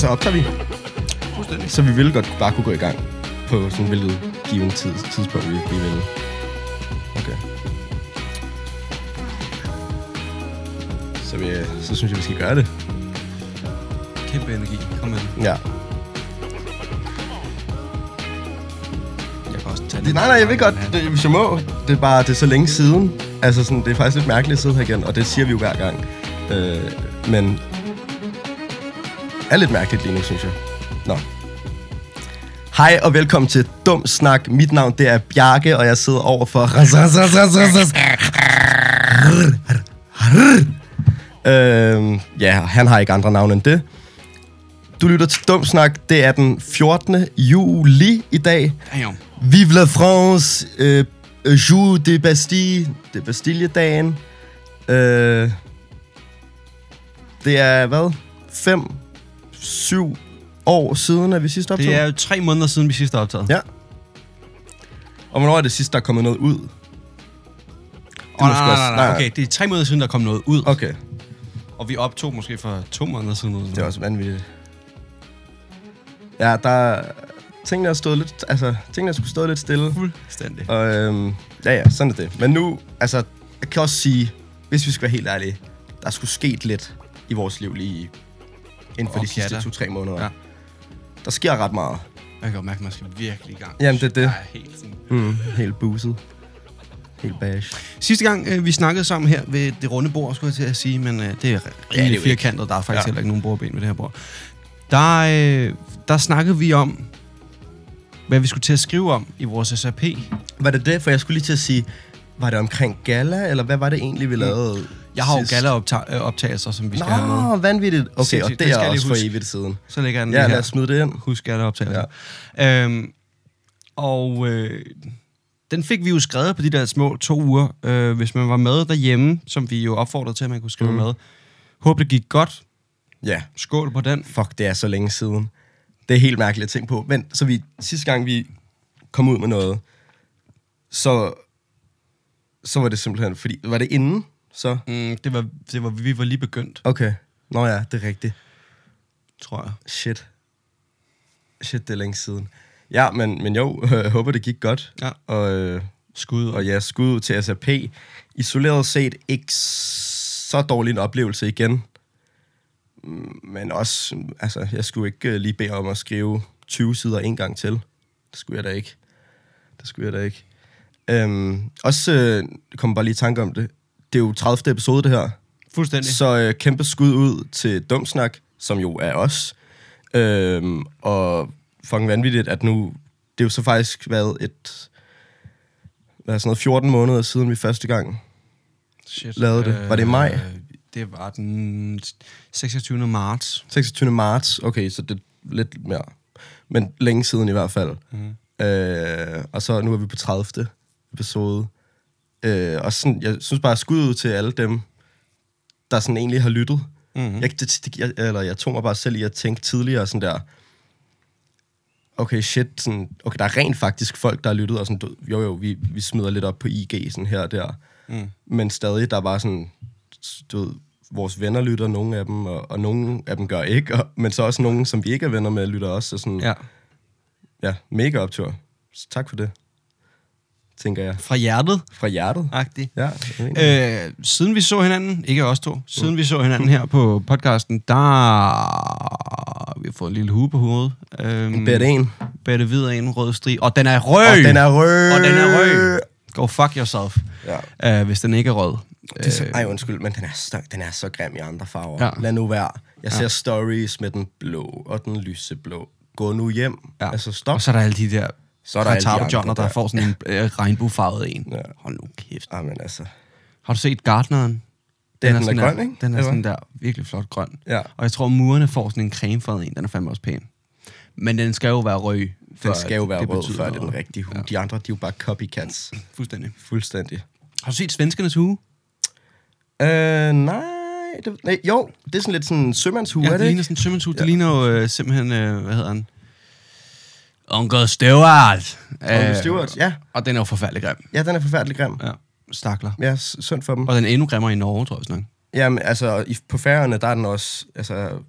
så optager vi. Fuldstændig. Så vi ville godt bare kunne gå i gang på sådan en hvilket given tidspunkt, vi ville. Okay. Så synes jeg, vi skal gøre det. Kæmpe energi. Kom med den. Ja. Jeg kan også tage Nej, jeg ved godt, hvis jeg må. Det er så længe siden. Altså sådan, det er faktisk lidt mærkeligt at sidde her igen, og det siger vi jo hver gang. Men er lidt mærkeligt lige nu, synes jeg. Nå. Hej og velkommen til Dum Snak. Mit navn det er Bjarke, og jeg sidder overfor ja, han har ikke andre navn end det. Du lytter til Dum Snak. Det er den 14. juli i dag. Damn. Vive la France. Jour de Bastille. Det er Bastille-dagen. Det er, hvad? 5-7 år siden, at vi sidst optog? Det er jo 3 måneder siden, vi sidst har optaget. Ja. Og hvornår er det sidst, der er kommet noget ud? Nej. Okay, det er 3 måneder siden, der kom noget ud. Okay. Og vi optog måske for 2 måneder siden. Det er også vanvittigt. Ja, der... Tingene har stået lidt... Altså, tingene har skulle stået lidt stille. Fuldstændig. Og ja, sådan er det. Men nu, altså... Jeg kan også sige, hvis vi skal være helt ærlige, der skulle sket lidt i vores liv lige inden for de sidste 2-3 måneder. Ja. Der sker ret meget. Jeg kan godt mærke, at man skal virkelig i gang. Jamen, det er det. Jeg er helt sådan... Helt buset. Helt bash. Sidste gang, vi snakkede sammen her ved det runde bord, skulle jeg til at sige, men det er rigtig firkantet. Der er faktisk heller ikke nogen bordben ved det her bord. Der snakkede vi om, hvad vi skulle til at skrive om i vores SRP. Var det det? For jeg skulle lige til at sige, var det omkring gala, eller hvad var det egentlig, vi lavede? Jeg har jo gala-optagelser, som vi skal have med. Nå, vanvittigt. Okay, sindssygt. og det er også for evigt siden. Så lægger jeg den lad os smide det ind. Husk gala-optagelser. Ja. Den fik vi jo skrevet på de der små 2 uger, hvis man var med derhjemme, som vi jo opfordrede til, at man kunne skrive med. Håber det gik godt. Ja. Skål på den. Fuck, det er så længe siden. Det er helt mærkeligt at tænke på. Men så sidste gang vi kom ud med noget, så var det simpelthen, fordi... Var det inden, så? Vi var lige begyndt. Okay. Nå ja, det er rigtigt. Tror jeg. Shit, det er længe siden. Ja, men jo, håber det gik godt. Ja. Og skud til SRP. Isoleret set ikke så dårlig en oplevelse igen. Men også, altså, jeg skulle ikke lige bede om at skrive 20 sider en gang til. Det skulle jeg da ikke. Også kommer bare lige i tanke om det. Det er jo 30. episode, det her. Fuldstændig. Så kæmpe skud ud til Dum Snak, som jo er os. Og fucking vanvittigt, at nu... Det er jo så faktisk været sådan noget 14 måneder siden, vi første gang lavede det. Var det i maj? Det var den 26. marts. 26. marts, okay, så det er lidt mere. Men længe siden i hvert fald. Og så nu er vi på 30. episode. Og sådan, jeg synes bare, skud ud til alle dem, der sådan egentlig har lyttet. Jeg tog mig bare selv i at tænke tidligere sådan der, okay, shit, sådan, okay, der er rent faktisk folk, der har lyttet, og sådan, jo, vi smider lidt op på IG, sådan her og der. Men stadig, der er bare sådan, du ved, vores venner lytter, nogle af dem, og nogle af dem gør ikke, men så også nogle, som vi ikke er venner med, lytter også, og sådan, ja, mega optur. Så tak for det, tænker jeg. Fra hjertet? Fra hjertet. Agtigt. Ja. Siden vi så hinanden, ikke os to, siden vi så hinanden her på podcasten, vi har fået en lille hue på hovedet. Bette hvid en rød strig. Og den er rød! Go fuck yourself. Ja. Hvis den ikke er rød. Undskyld, men den er så grim i andre farver. Ja. Lad nu være. Jeg ser stories med den blå og den lyseblå. Gå nu hjem. Ja. Altså stop. Og så er der alle de der Cartaro-John'er, der får sådan en regnbuefarvet en. Ja. Hold nu kæft. Amen, altså. Har du set Gartneren? Den er grøn, ikke? Den er sådan der virkelig flot grøn. Ja. Og jeg tror, murene får sådan en cremefarvet en. Den er fandme også pæn. Men den skal jo være rød. Den skal jo være rød, før det er den rigtige hue. Ja. De andre, de er jo bare copycats. Fuldstændig. Har du set svenskernes hue? Nej. Jo, det er sådan lidt sådan en sømandshue, er det ikke? Det ligner sådan en sømandshue. Ja. Det ligner jo simpelthen, hvad hedder han? Onkel Stewart. Onkel Stewart, ja. Og den er jo forfærdelig grim. Ja, den er forfærdelig grim. Ja, stakler. Ja, synd for dem. Og den er endnu grimmere i Norge, tror jeg sådan. Jamen, altså, på Færøerne, der er den også, altså...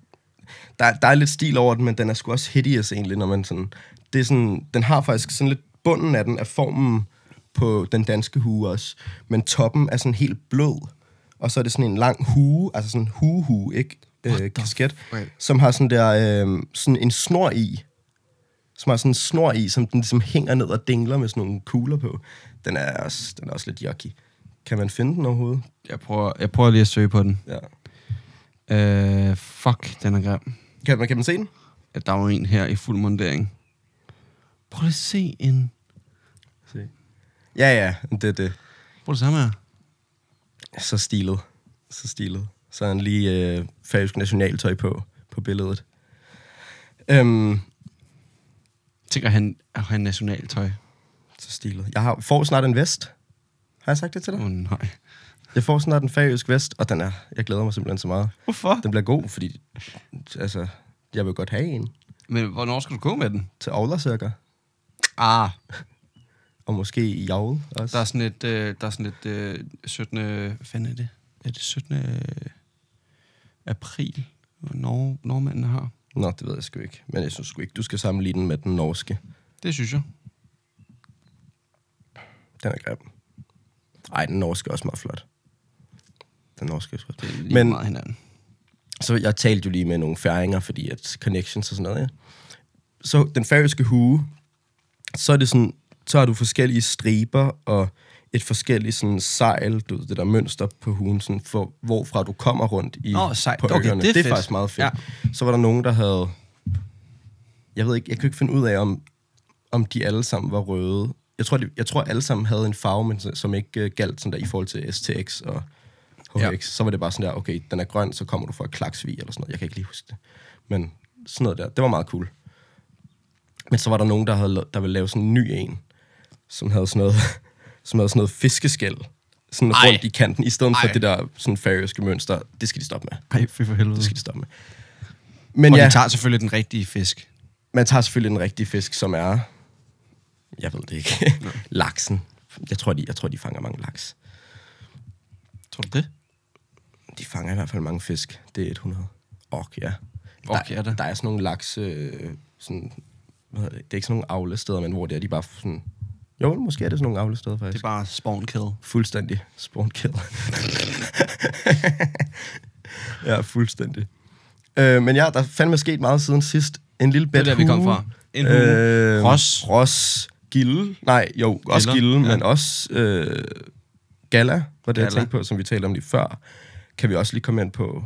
der er lidt stil over den, men den er sgu også hideous egentlig, når man sådan... Det er sådan, den har faktisk sådan lidt... Bunden af den er formen på den danske hue også, men toppen er sådan helt blød, og så er det sådan en lang hue, altså sådan en hue, ikke? Kasket, som har sådan der... sådan en snor i, som har sådan en snor i, som den ligesom hænger ned og dingler med sådan nogle kugler på. Den er også lidt yucky. Kan man finde den overhovedet? Jeg prøver lige at søge på den. Ja. Fuck, den er grim. Kan man se den? Ja, der er jo en her i fuld montering. Prøv lige at se en... Se. Ja, det er det. Prøv det samme her. Så stilet. Så er han lige færøsk nationaltøj på billedet. Tænker han nationaltøj. Så stilet. Jeg får snart en vest. Har jeg sagt det til dig? Nej. Jeg får snart en færøsk vest, og jeg glæder mig simpelthen så meget. Hvorfor? Den bliver god, fordi altså, jeg vil godt have en. Men hvornår skal du gå med den? Til Aulacirker. Og måske i Javel også. Der er sådan et 17... Hvad fanden er det? Er det 17. april, nordmænden har? Nå, det ved jeg sgu ikke. Men jeg synes sgu ikke, du skal sammenligne den med den norske. Det synes jeg. Den er grim. Ej, den norske er også meget flot. Den norske er flot. Det er lige meget hinanden. Så jeg talte jo lige med nogle færinger, fordi at connections og sådan noget, ja. Så den færøske hue, så er det sådan, så har du forskellige striber og et forskelligt sådan sejl, du ved, det der mønster på huen, sådan for hvorfra du kommer rundt i på okay, øerne. Det er faktisk meget fedt. Ja. Så var der nogen, der havde... Jeg ved ikke, jeg kunne ikke finde ud af, om de alle sammen var røde. Jeg tror alle sammen havde en farve, men som ikke galt sådan der i forhold til STX og HX. Ja. Så var det bare sådan der, okay, den er grøn, så kommer du fra Klaksvig eller sådan noget. Jeg kan ikke lige huske det. Men sådan noget der, det var meget cool. Men så var der nogen, der ville lave sådan en ny en, som havde sådan noget fiskeskæl sådan rundt i kanten, i stedet for det der sådan færøske mønster. Det skal de stoppe med. Ej, fy for helvede. Det skal de stoppe med. Men og de tager selvfølgelig den rigtige fisk. Man tager selvfølgelig den rigtige fisk, som er... Jeg ved det ikke. Laksen. Jeg tror, de fanger mange laks. Tror du det? De fanger i hvert fald mange fisk. Det er 100. Ja. Der er sådan nogle laks... sådan, hvad hedder det? Det er ikke sådan nogle avlesteder, men hvor det er de bare sådan... Jo, måske er det sådan nogle avlesteder, faktisk. Det er bare spawn kill. Fuldstændig. Spawn kill. Ja, fuldstændig. Men ja, der er fandme sket meget siden sidst. En lille bedt hue. Det er der, vi kom fra. En hue. Ros. Gilde. Nej, jo, Gilder. Også gilde, ja. Men også gala, var det, jeg tænkte på, som vi talte om lige før. Kan vi også lige komme ind på.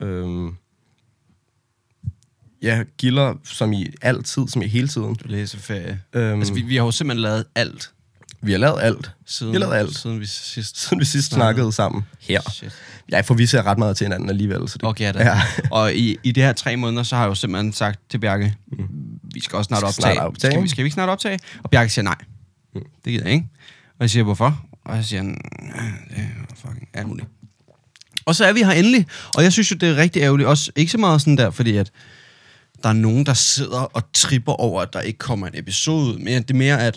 Ja, gilder, som i altid, som i hele tiden. Du læser ferie. Altså, vi har jo simpelthen lavet alt. Vi har lavet alt. Siden vi sidst snakkede sammen her. Shit. Ja, for vi ser ret meget til hinanden alligevel. Så det, okay, ja. Og i de her 3 måneder, så har jeg jo simpelthen sagt til Bjarke, vi skal også snart optage. Skal vi ikke snart optage? Og Bjarke siger nej. Det gider jeg ikke. Og jeg siger, hvorfor? Og jeg siger, det er fucking alt muligt. Og så er vi her endelig. Og jeg synes jo, det er rigtig ærgerligt. Også ikke så meget sådan der, fordi at der er nogen, der sidder og tripper over, at der ikke kommer en episode. Men det er mere, at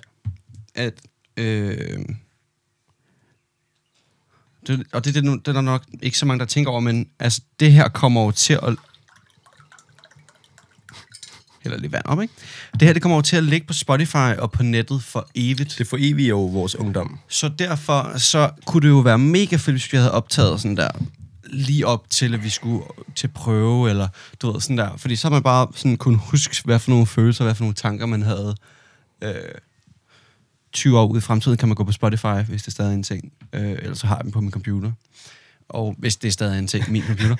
og det er der nok ikke så mange, der tænker over, men altså, det her kommer jo til at... Hælder lidt vand op, ikke? Det her, det kommer jo til at ligge på Spotify og på nettet for evigt. Det for evigt jo vores ungdom. Så derfor, så kunne det jo være mega fedt, hvis vi havde optaget sådan der, lige op til, at vi skulle til prøve, eller du ved, sådan der. Fordi så har man bare sådan kunne huske, hvad for nogle følelser, hvad for nogle tanker, man havde. 20 år ude i fremtiden kan man gå på Spotify, hvis det stadig er en ting. Ellers så har jeg dem på min computer. Og hvis det er stadig en ting, min computer.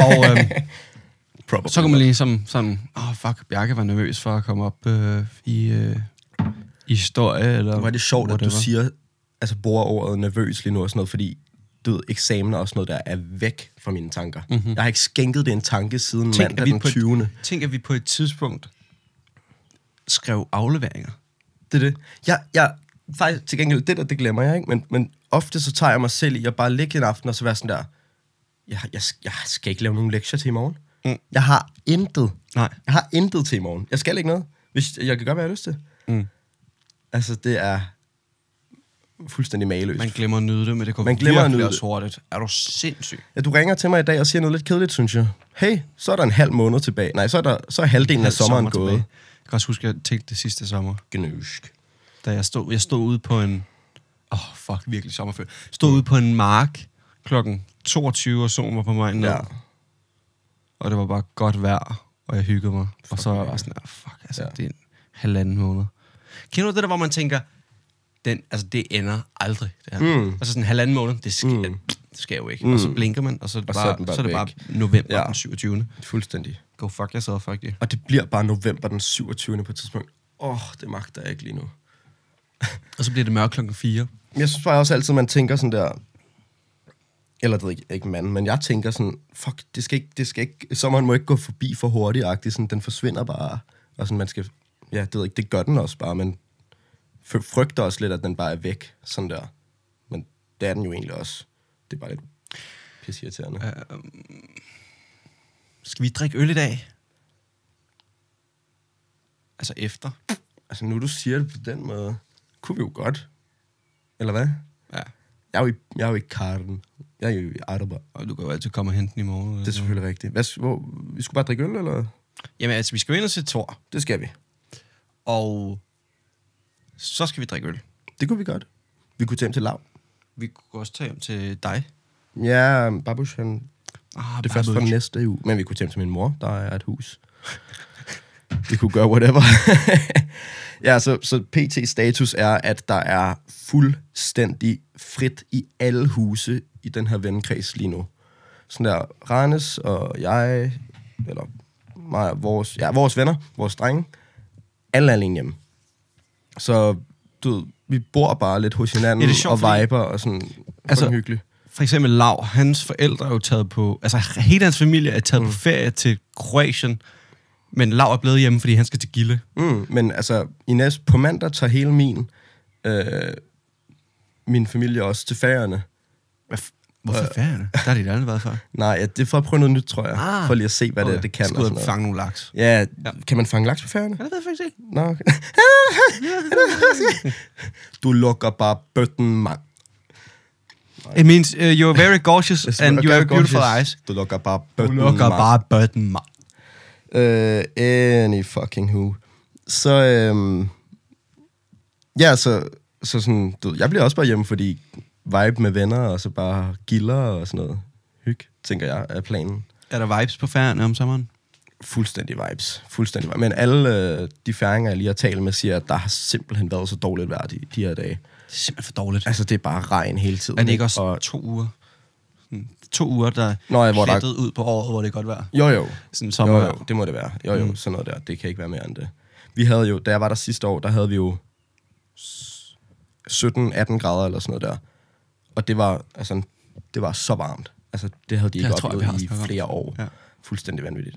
Og så kan man lige sådan, fuck, Bjarke var nervøs for at komme op i historie, eller... Hvor er det sjovt, whatever. At du siger, altså bruger ordet nervøs lige nu og sådan noget, fordi du ved, eksamen er også noget, der er væk fra mine tanker. Mm-hmm. Jeg har ikke skænket det en tanke siden mandag den 20. Tænk, at vi på et tidspunkt skrev afleveringer. Det er det. Jeg faktisk til gengæld, det glemmer jeg, ikke? Men ofte så tager jeg mig selv i at bare ligge en aften og så være sådan der, jeg skal ikke lave nogen lektier til i morgen. Jeg har intet. Nej. Jeg har intet til i morgen. Jeg skal ikke noget. Hvis jeg kan gøre, hvad jeg har lyst til. Altså, det er fuldstændig mageløst. Man glemmer at nyde det, men det går virkelig også hurtigt. Er du sindssyg? Ja, du ringer til mig i dag og siger noget lidt kedeligt, synes jeg. Hey, så er der en halv måned tilbage. Nej, så er halvdelen af sommeren gået. Jeg kan også huske, at jeg tænkte det sidste sommer. Gnøsk. Da jeg stod ude på en... virkelig sommerferie. Stod ude på en mark klokken 22, og solen var på mig ned. Ja. Og det var bare godt vejr, og jeg hyggede mig. Og så var jeg bare sådan, det er en halvanden måned. Kender du det der, hvor man tænker, det ender aldrig, det her. Altså sådan en halvanden måned, det skal jo ikke. Og så blinker man, og så er det bare november den 27. Fuldstændig. Go fuck yourself, faktisk. Og det bliver bare november den 27. på et tidspunkt. Det magter jeg ikke lige nu. Og så bliver det mørkt klokken 4. Jeg synes bare også altid, man tænker sådan der... Eller det er ikke mand, men jeg tænker sådan... Fuck, det skal ikke... Sommeren må ikke gå forbi for hurtigt-agtigt. Sådan, den forsvinder bare. Og sådan, man skal... Ja, det gør den også bare, men... Frygter også lidt, at den bare er væk. Sådan der. Men det er den jo egentlig også. Det er bare lidt pisseirriterende. Skal vi drikke øl i dag? Altså efter? Altså nu du siger det på den måde, kunne vi jo godt. Eller hvad? Ja. Jeg er jo ikke karten. Jeg er jo i arbejde. Og du kan jo altid komme og hente den i morgen. Det er selvfølgelig rigtigt. Vi skulle bare drikke øl, eller? Jamen altså, vi skal jo ind og se Thor. Det skal vi. Og så skal vi drikke øl. Det kunne vi godt. Vi kunne tage hjem til Lav. Vi kunne også tage hjem til dig. Ja, Babush, det er først fra næste uge. Men vi kunne tage hjem til min mor, der er et hus. Vi kunne gøre whatever. Ja, så PT-status er, at der er fuldstændig frit i alle huse i den her vennekreds lige nu. Sådan der, Rannes og jeg, eller mig, vores venner, vores drenge, alle er alene hjemme. Så vi bor bare lidt hos hinanden og viber og sådan hyggeligt. For eksempel Lav, hans forældre er jo taget på... Altså, hele hans familie er taget på ferie til Kroatien, men Lav er blevet hjemme, fordi han skal til Gille. Men altså, Ines, på mandag tager hele min familie også til Færøerne. Hvorfor Færøerne? Der har de da aldrig været før. Nej, det er for at prøve noget nyt, tror jeg. For lige at se, hvad det kan. Skal ud og fange nogle laks. Ja, kan man fange laks på Færøerne? Ja, det ved jeg faktisk ikke. Nå, okay. Du lukker bare bøtten, mand. It means you're very gorgeous and you have beautiful eyes. Du lukker bare bøtten, mand. Any fucking who. Så, så sådan, jeg bliver også bare hjemme, fordi vibe med venner, og så bare gilder og sådan noget. Hygge, tænker jeg, er planen. Er der vibes på Færøerne om sommeren? Fuldstændig vibes. Men alle de færinger, jeg lige har talt med, siger, at der har simpelthen været så dårligt vejr de her dage. Det er simpelthen for dårligt. Altså, det er bare regn hele tiden. Er det ikke også 2 uger? 2 uger, der klættet ud på året, hvor det er godt vejr? Jo. Sådan sommer. Jo, det må det være. Jo, sådan noget der. Det kan ikke være mere end det. Vi havde jo, da jeg var der sidste år, der havde vi jo 17-18 grader eller sådan noget der. Og det var så varmt. Altså, det havde de ikke oplevet i flere år. Ja. Fuldstændig vanvittigt.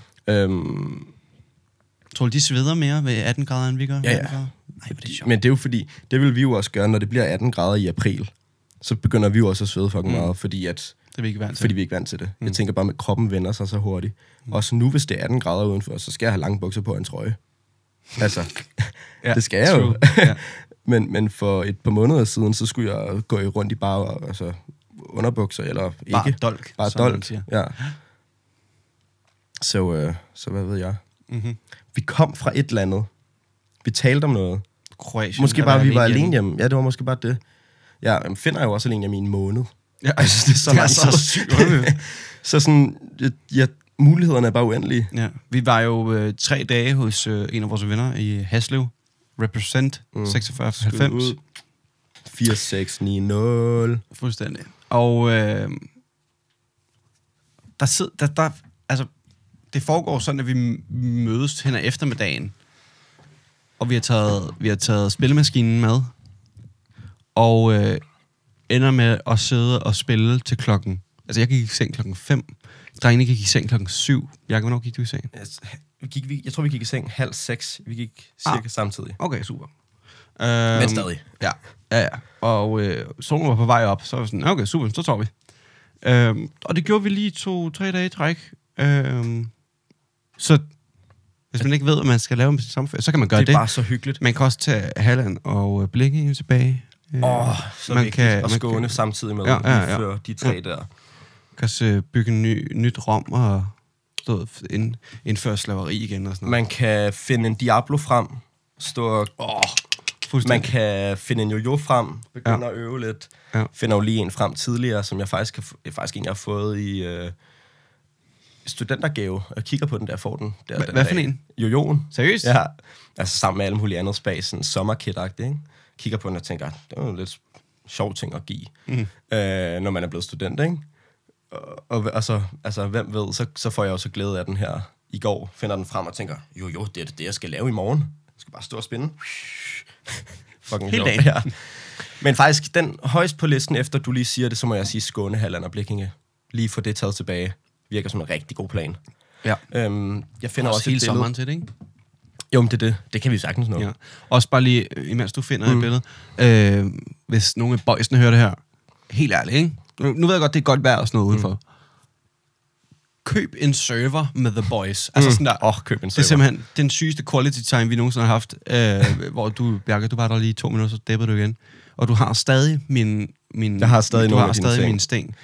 Tror du, de sveder mere ved 18 grader, end vi gør? Ja. Nej, hvor det er sjovt. Men det er jo fordi, det vil vi jo også gøre, når det bliver 18 grader i april. Så begynder vi jo også at svede fucking meget, fordi at... Det er vi ikke vant til. Fordi vi ikke vant til det. Jeg tænker bare, at kroppen vender sig så hurtigt. Også nu, hvis det er 18 grader udenfor, så skal jeg have lange bukser på en trøje. Altså, det skal jeg jo. Ja. men for et par måneder siden, så skulle jeg gå rundt i bare underbukser, eller ikke. Bare dolk. Ja. Så hvad ved jeg? Vi kom fra et eller andet. Vi talte om noget. Kroatien. Måske bare, vi var alene hjemme. Ja, det var måske bare det. Ja, jeg finder jo også alene hjemme i en måned. Ja, altså, det er så langt. Så sygt. Så sådan, mulighederne er bare uendelige. Ja. Vi var jo 3 dage hos en af vores venner i Haslev. Represent 4690. 4690. Fuldstændig. Og altså, det foregår sådan, at vi mødes hen ad eftermiddagen. Og vi har taget spillemaskinen med. Og ender med at sidde og spille til klokken... Altså, jeg gik i seng klokken 5. Drengene gik i seng klokken 7. Jakob, hvornår gik du i seng? Jeg tror, vi gik i seng 5:30. Vi gik cirka samtidig. Okay, super. Men stadig. Ja. Og solen var på vej op, så var vi sådan, okay, super, så tager vi. Og det gjorde vi lige 2-3 dage i træk. Så hvis man ikke ved, hvad man skal lave med sin sommerferie, så kan man gøre det. Det er bare så hyggeligt. Man kan også tage Halland og Blekinge tilbage. Så man vigtigt kan, at skåne samtidig med for de 3 der. Kan bygge nyt Rom og indføre slaveri igen og sådan noget. Man kan finde en Diablo frem, man kan finde en Yo-Yo frem, begynde at øve lidt. Finder jo lige en frem tidligere, som jeg faktisk en, jeg har fået i studentergave. Jeg kigger på den der, får den. Hvad for en? Jojoen. Seriøst? Ja, altså sammen med alle mulige andre spag, sådan sommerkit-agtigt, ikke? Kigger på den og tænker, det er jo lidt sjov ting at give, når man er blevet student, ikke? Og så, altså, hvem ved, så får jeg også glæde af den her i går. Finder den frem og tænker, jo, det er det, jeg skal lave i morgen. Jeg skal bare stå og spinde. Fucking hele dagen. Ja. Men faktisk, den højst på listen, efter du lige siger det, så må jeg sige Skåne, Halland og Blekinge. Lige få det taget tilbage. Virker som en rigtig god plan. Ja. Jeg finder også hele sommeren til det, ikke? Jo, men det er det. Det kan vi sagtens nå. Ja. Også bare lige, imens du finder et billede. Hvis nogle af boysene hører det her, helt ærligt, ikke? Nu ved jeg godt, det er godt vejr og sådan noget udenfor. Køb en server med The Boys. Altså sådan der. Køb en server. Det er simpelthen den sygeste quality time, vi nogensinde har haft. Hvor du, Bjarke, du var der lige 2 minutter, så dæppede du igen. Og du har stadig jeg har stadig nogle af dine min stæng.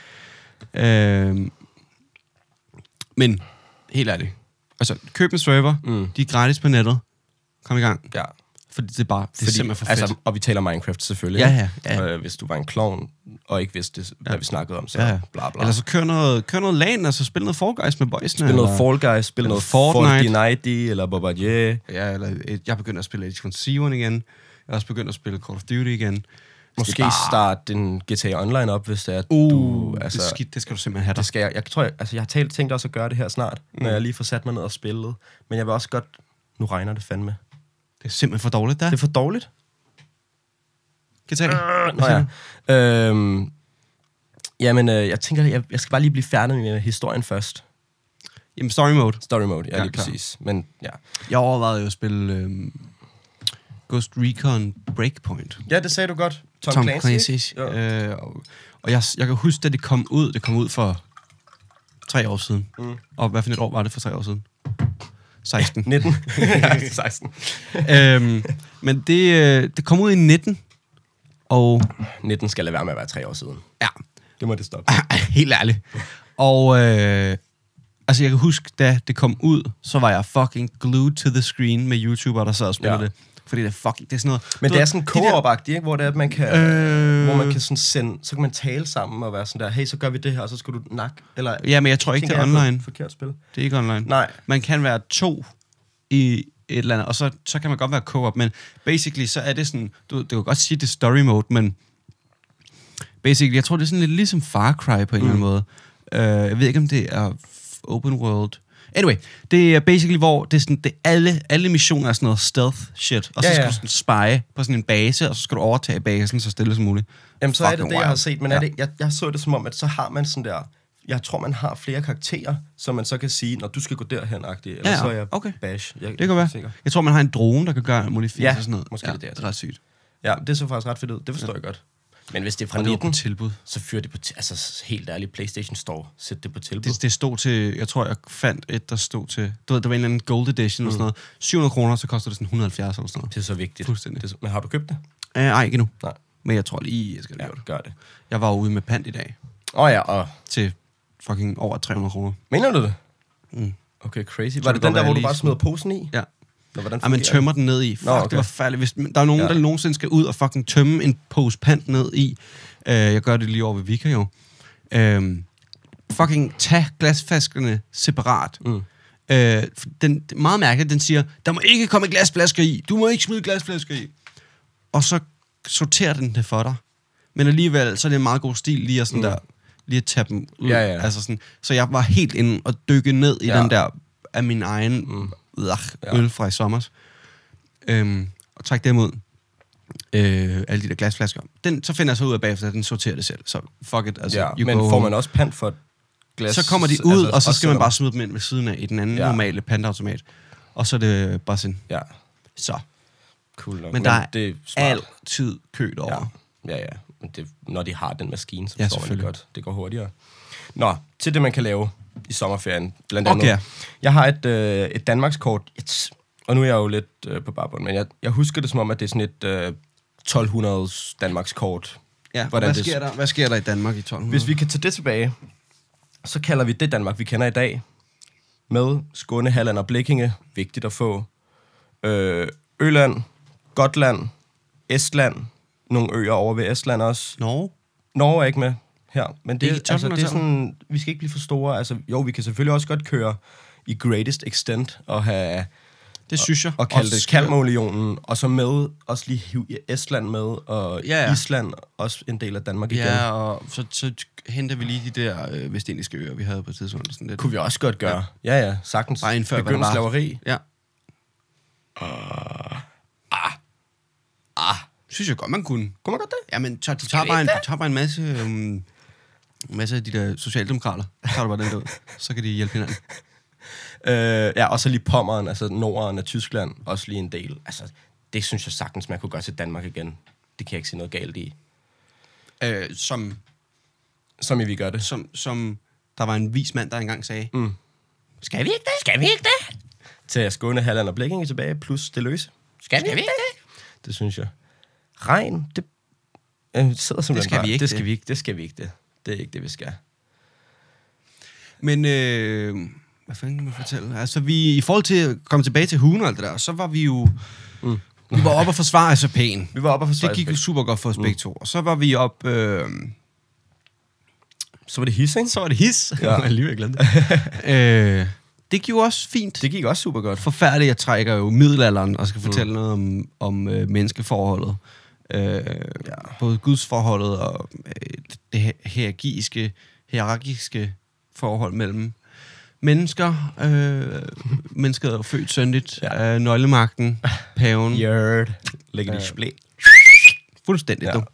Men, helt ærligt. Altså, køb en server. De er gratis på nettet. Kom i gang. Ja. Fordi det er bare, det er simpelthen for fedt. Altså, og vi taler Minecraft selvfølgelig. Ja. Hvis du var en klovn, og ikke vidste, hvad vi snakkede om, så bla bla. Eller så kør noget LAN, altså spil noget Fall Guys med boysene. Spil noget Fall Guys, spil noget Fortnite, eller Bombardier. Ja, eller jeg begynder at spille Age of Empires igen. Jeg har også begyndt at spille Call of Duty igen. Måske starte din GTA Online op, hvis det er, du... Altså, det skidt, det skal du simpelthen have dig. Det skal jeg. Jeg tror, jeg har tænkt også at gøre det her snart, når jeg lige får sat mig ned og spillet. Men jeg vil også godt... Nu regner det fandme. Det er simpelthen for dårligt, der. Det er for dårligt. GTA. Jamen, jeg tænker, jeg skal bare lige blive færdig med historien først. Jamen, story mode. Story mode, ja, lige præcis. Men, ja. Jeg overvejede jo at spille Ghost Recon Breakpoint. Ja, det sagde du godt. Tom Clancy. Og jeg kan huske, da det kom ud for 3 år siden. Og hvad for et år var det for 3 år siden? 16. 19. Ja, 16. Men det kom ud i 19. Og 19 skal lade være med at være 3 år siden. Ja. Det må det stoppe. Helt ærligt. Og altså jeg kan huske, da det kom ud, så var jeg fucking glued to the screen med YouTuber, der sad og spillede det. Fordi det er fucking, det er sådan noget... Men det er sådan co-op-agtigt, ikke? Hvor det er, at man kan, hvor man kan sådan sende, så kan man tale sammen og være sådan der, hey, så gør vi det her, og så skal du nakke. Eller, ja, men jeg tror ikke, det er online. Forkert spil. Det er ikke online. Nej. Man kan være 2 i et eller andet, og så kan man godt være co-op, men basically, så er det sådan, du kan godt sige, det er story mode, men basically, jeg tror, det er sådan lidt ligesom Far Cry på en eller anden måde. Jeg ved ikke, om det er open world. Anyway, det er basically, hvor det er sådan, det alle missioner er sådan noget stealth shit, og så skal du sådan spy på sådan en base, og så skal du overtage basen så stille som muligt. Jamen, så er det, jeg har set, men er det, jeg så det som om, at så har man sådan der, jeg tror, man har flere karakterer, som man så kan sige, når du skal gå derhen-agtigt, eller så er jeg bash. Det kan være. Jeg tror, man har en drone, der kan gøre modificere sådan noget. Måske det er det er ret sygt. Ja, det så faktisk ret fedt ud. Det forstår jeg godt. Men hvis det er fra 19, tilbud, så fyrer det på altså helt ærligt, PlayStation Store, sæt det på tilbud. Det stod til, jeg tror, jeg fandt et, der stod til, du ved, der var en eller anden Gold Edition eller sådan noget. 700 kroner, så koster det sådan 170 eller sådan noget. Det er så vigtigt. Fuldstændig. Men har du købt det? Nej, ikke endnu. Nej. Men jeg tror lige, jeg skal gøre det. Gør det. Jeg var ude med pant i dag. Og til fucking over 300 kroner. Mener du det? Okay, crazy. Var det den der, hvor du bare smider posen i? Ja. Man tømmer den ned i. Fuck, okay. Det var færdigt. Hvis der er nogen, der nogensinde skal ud og fucking tømme en pose pant ned i. Jeg gør det lige over ved Vika jo. Fucking tag glasflaskerne separat. Den meget mærkeligt, den siger, der må ikke komme glasflasker i. Du må ikke smide glasflasker i. Og så sorterer den det for dig. Men alligevel, så er det en meget god stil lige at sådan der, lige at tage dem ud. Altså sådan, så jeg var helt inde og dykke ned i den der af min egen øl fra i sommers. Og trække dem ud. Alle de der glasflasker. Så finder jeg så ud af bagefter, at den sorterer det selv. Så fuck it. Altså, men får man også pant for glas? Så kommer de ud, og så skal man bare smide dem ind ved siden af i den anden normale pantautomat. Og så er det bare sådan. Ja. Så. Cool nok. Men der er altid kø derovre. Ja. Men når de har den maskine, så forstår man det godt. Det går hurtigere. Nå, til det man kan lave i sommerferien, blandt andet. Okay. Jeg har et Danmarkskort, og nu er jeg jo lidt på barbund, men jeg husker det som om, at det er sådan et 1200's Danmarks kort. Ja, hvad sker der i Danmark i 1200? Hvis vi kan tage det tilbage, så kalder vi det Danmark, vi kender i dag, med Skåne, Halland og Blekinge. Vigtigt at få. Øland, Gotland, Estland, nogle øer over ved Estland også. Norge er ikke med her, men det er sådan, vi skal ikke blive for store. Altså, jo, vi kan selvfølgelig også godt køre i greatest extent og have... Det synes jeg. Og kalde det Kalmarunionen, og så med, også lige hive Estland med, og Island også en del af Danmark igen. Ja, og så henter vi lige de der vestindiske øer, vi havde på et tidspunkt. Sådan lidt. Kunne vi også godt gøre. Ja, sagtens. Bare indføre, begynde slaveri. Ja. Synes jeg godt, man kunne. Kunne man godt det? Jamen, du tager bare en masse af de der socialdemokrater. Så tager du bare den der, så kan de hjælpe hinanden. Og så lige Pommern, altså Norden af Tyskland, også lige en del. Altså, det synes jeg sagtens, man kunne gøre til Danmark igen. Det kan jeg ikke se noget galt i. Som I vil gøre det. Som der var en vis mand, der engang sagde, Skal vi ikke det? Til at Skåne, Halland og Blekinge tilbage, plus det løse. Skal vi ikke det? Det synes jeg. Regn, det sidder simpelthen det skal bare. Vi ikke, det skal vi ikke det. Det er ikke det, vi skal. Men, hvad fanden kan man fortælle? Altså, i forhold til at komme tilbage til Hugen og alt det der, så var vi jo... Vi var oppe og forsvare SAP'en. Det gik jo super godt for os begge to. Og så var vi op... Så var det his, ikke? Så var det his. Ja. Jeg alligevel glemte det. Det gik jo også fint. Det gik også super godt. Forfærdeligt, jeg trækker jo middelalderen og skal fortælle noget om menneskeforholdet. Både gudsforholdet og det hierarkiske forhold mellem mennesker. Mennesket er jo født syndigt. Nøglemagten, paven. Lægger det splæ. Fuldstændigt, du.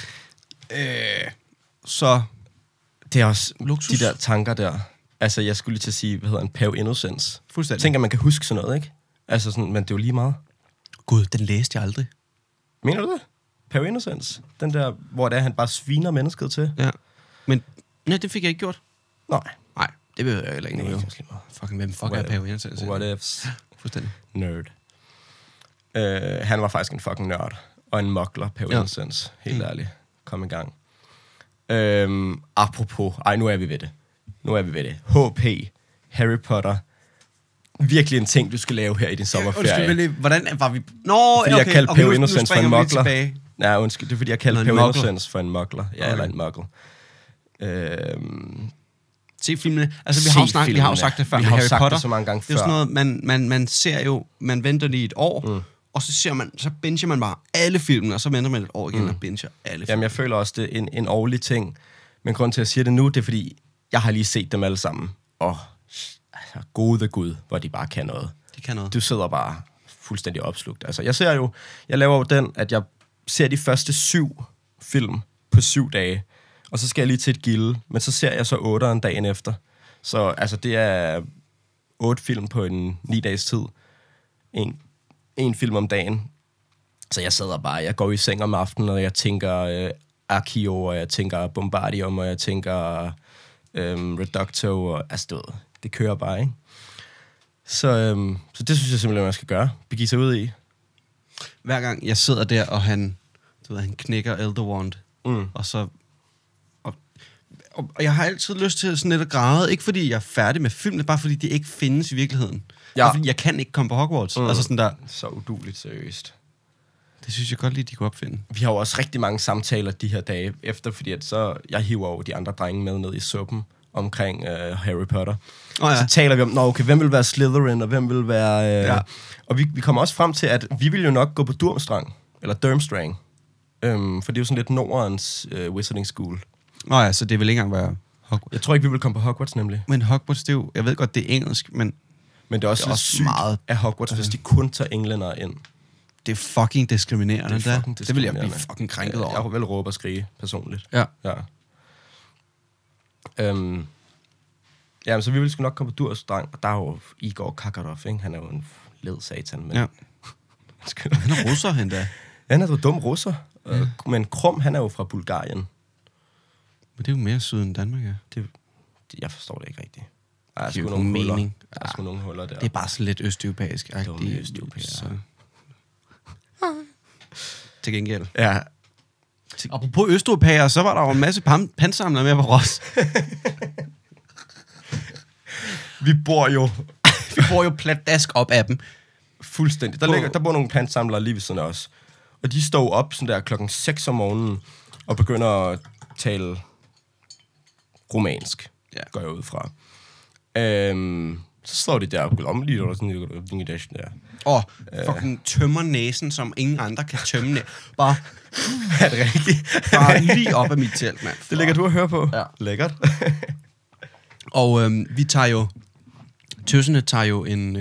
Så det er også luksus. De der tanker der. Altså, jeg skulle lige til at sige, hvad hedder en pave innocence. Fuldstændig. Tænker, man kan huske sådan noget, ikke? Altså sådan, men det er jo lige meget. Gud, den læste jeg aldrig. Mener du det? Pave innocence? Den der, hvor det er, han bare sviner mennesket til. Ja. Men, nej, det fik jeg ikke gjort. Nej, det behøver jeg heller ikke noget. Fucking, hvem fuck er pave innocence? What ifs? Fuldstændig. Nerd. Han var faktisk en fucking nørd. Og en mokler, pave innocence. Helt ærligt. Kom i gang. Apropos, nu er vi ved det. HP, Harry Potter. Virkelig en ting, du skal lave her i din sommerferie. Hvordan var vi... Fordi jeg kaldte Pave Innocence for en mokler. Nej, undskyld. Det er fordi, jeg kaldte Pave Innocence for en mokler. Ja, eller en mokkel. Se filmene. Altså, vi har jo sagt det før med Harry Potter. Vi har sagt det så mange gange før. Det er sådan noget, man ser jo... Man venter lige et år, og så binger man bare alle filmene, og så venter man et år igen og binger alle filmene. Jamen, jeg føler også, det er en årlig ting. Men grund til, at jeg siger det nu, det er fordi, jeg har lige set dem alle sammen. Gode Gud, hvor de bare kan noget. De kan noget. Du sidder bare fuldstændig opslugt. Altså, jeg laver jo den, at jeg ser de første 7 film på 7 dage, og så skal jeg lige til et gilde, men så ser jeg så 8'eren dagen efter. Så altså, det er 8 film på en 9 dages tid. En film om dagen. Så jeg sidder bare, jeg går i seng om aftenen, og jeg tænker Akio, og jeg tænker Bombardium, og jeg tænker Reducto, og altså, det kører bare, ikke? Så det synes jeg simpelthen, man skal gøre. Begive sig ud i. Hver gang jeg sidder der, og han knækker Elder Wand, og så... Og jeg har altid lyst til sådan lidt at græde, ikke fordi jeg er færdig med filmene, bare fordi de ikke findes i virkeligheden. Ja. Fordi jeg kan ikke komme på Hogwarts. Altså sådan der... Så uduligt seriøst. Det synes jeg godt lige, de kunne opfinde. Vi har jo også rigtig mange samtaler de her dage efter, fordi at så... Jeg hiver jo de andre drenge med ned i suppen omkring Harry Potter. Så taler vi om, hvem vil være Slytherin, og hvem vil være... Og vi kommer også frem til, at vi vil jo nok gå på Durmstrang, eller Durmstrang. For det er jo sådan lidt Nordens Wizarding School. Så det vil ikke engang være Hogwarts. Jeg tror ikke, vi vil komme på Hogwarts, nemlig. Men Hogwarts, det er jo... Jeg ved godt, det er engelsk, men det er også sygt meget af Hogwarts, hvis de kun tager englændere ind. Det er fucking diskriminerende. Det vil jeg blive fucking krænket over. Jeg vil vel råbe og skrige personligt. Ja. Så vi vil sgu nok komme på Durmstrang, og der er jo Igor Kakarov, ikke? Han er jo en led satan. Men... Ja. Han er russer, han da. Han er jo dum russer. Men Krum, han er jo fra Bulgarien. Men det er jo mere syd end Danmark, ja. Jeg forstår det ikke rigtigt. Der er sgu nogle mening. Der er sgu nogle huller der. Det er bare så lidt østeuropæisk. til gengæld. Ja. Apropos østeuropæere, så var der jo en masse pansamlere med på Ros. Vi bor jo pladask op af dem. Fuldstændig. Der bor nogle pantsamlere lige ved siden af os. Og de står op sådan der klokken 6 om morgenen og begynder at tale romansk, går jeg ud fra. Så står de der og om lige sådan en der. Fucking tømmer næsen, som ingen andre kan tømme. Bare er det rigtigt? Bare lige op af mit telt, mand. Det lægger du at høre på. Ja. Lækkert. Og vi tager jo... Tøssene tager jo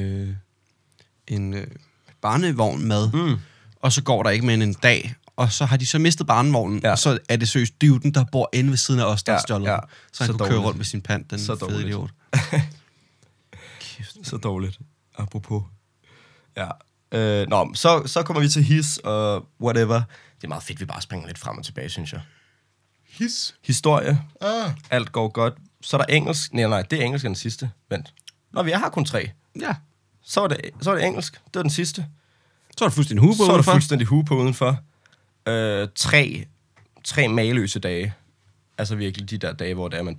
en barnevogn med, og så går der ikke mere end en dag, og så har de så mistet barnevognen, og så er det seriøst dyvden, der bor inde ved siden af os, der stjålet. Ja. Så han kunne køre rundt med sin pant, den så fede idiot. Så dårligt. Apropos. Ja. Så kommer vi til his og whatever. Det er meget fedt, vi bare springer lidt frem og tilbage, synes jeg. His? Historie. Alt går godt. Så er der engelsk. Nej, det er engelsk den sidste. Vent. Jeg har kun 3. Ja. Så er det engelsk. Det var den sidste. Så er der fuldstændig hue på udenfor. 3 mageløse dage. Altså virkelig de der dage, hvor det er, man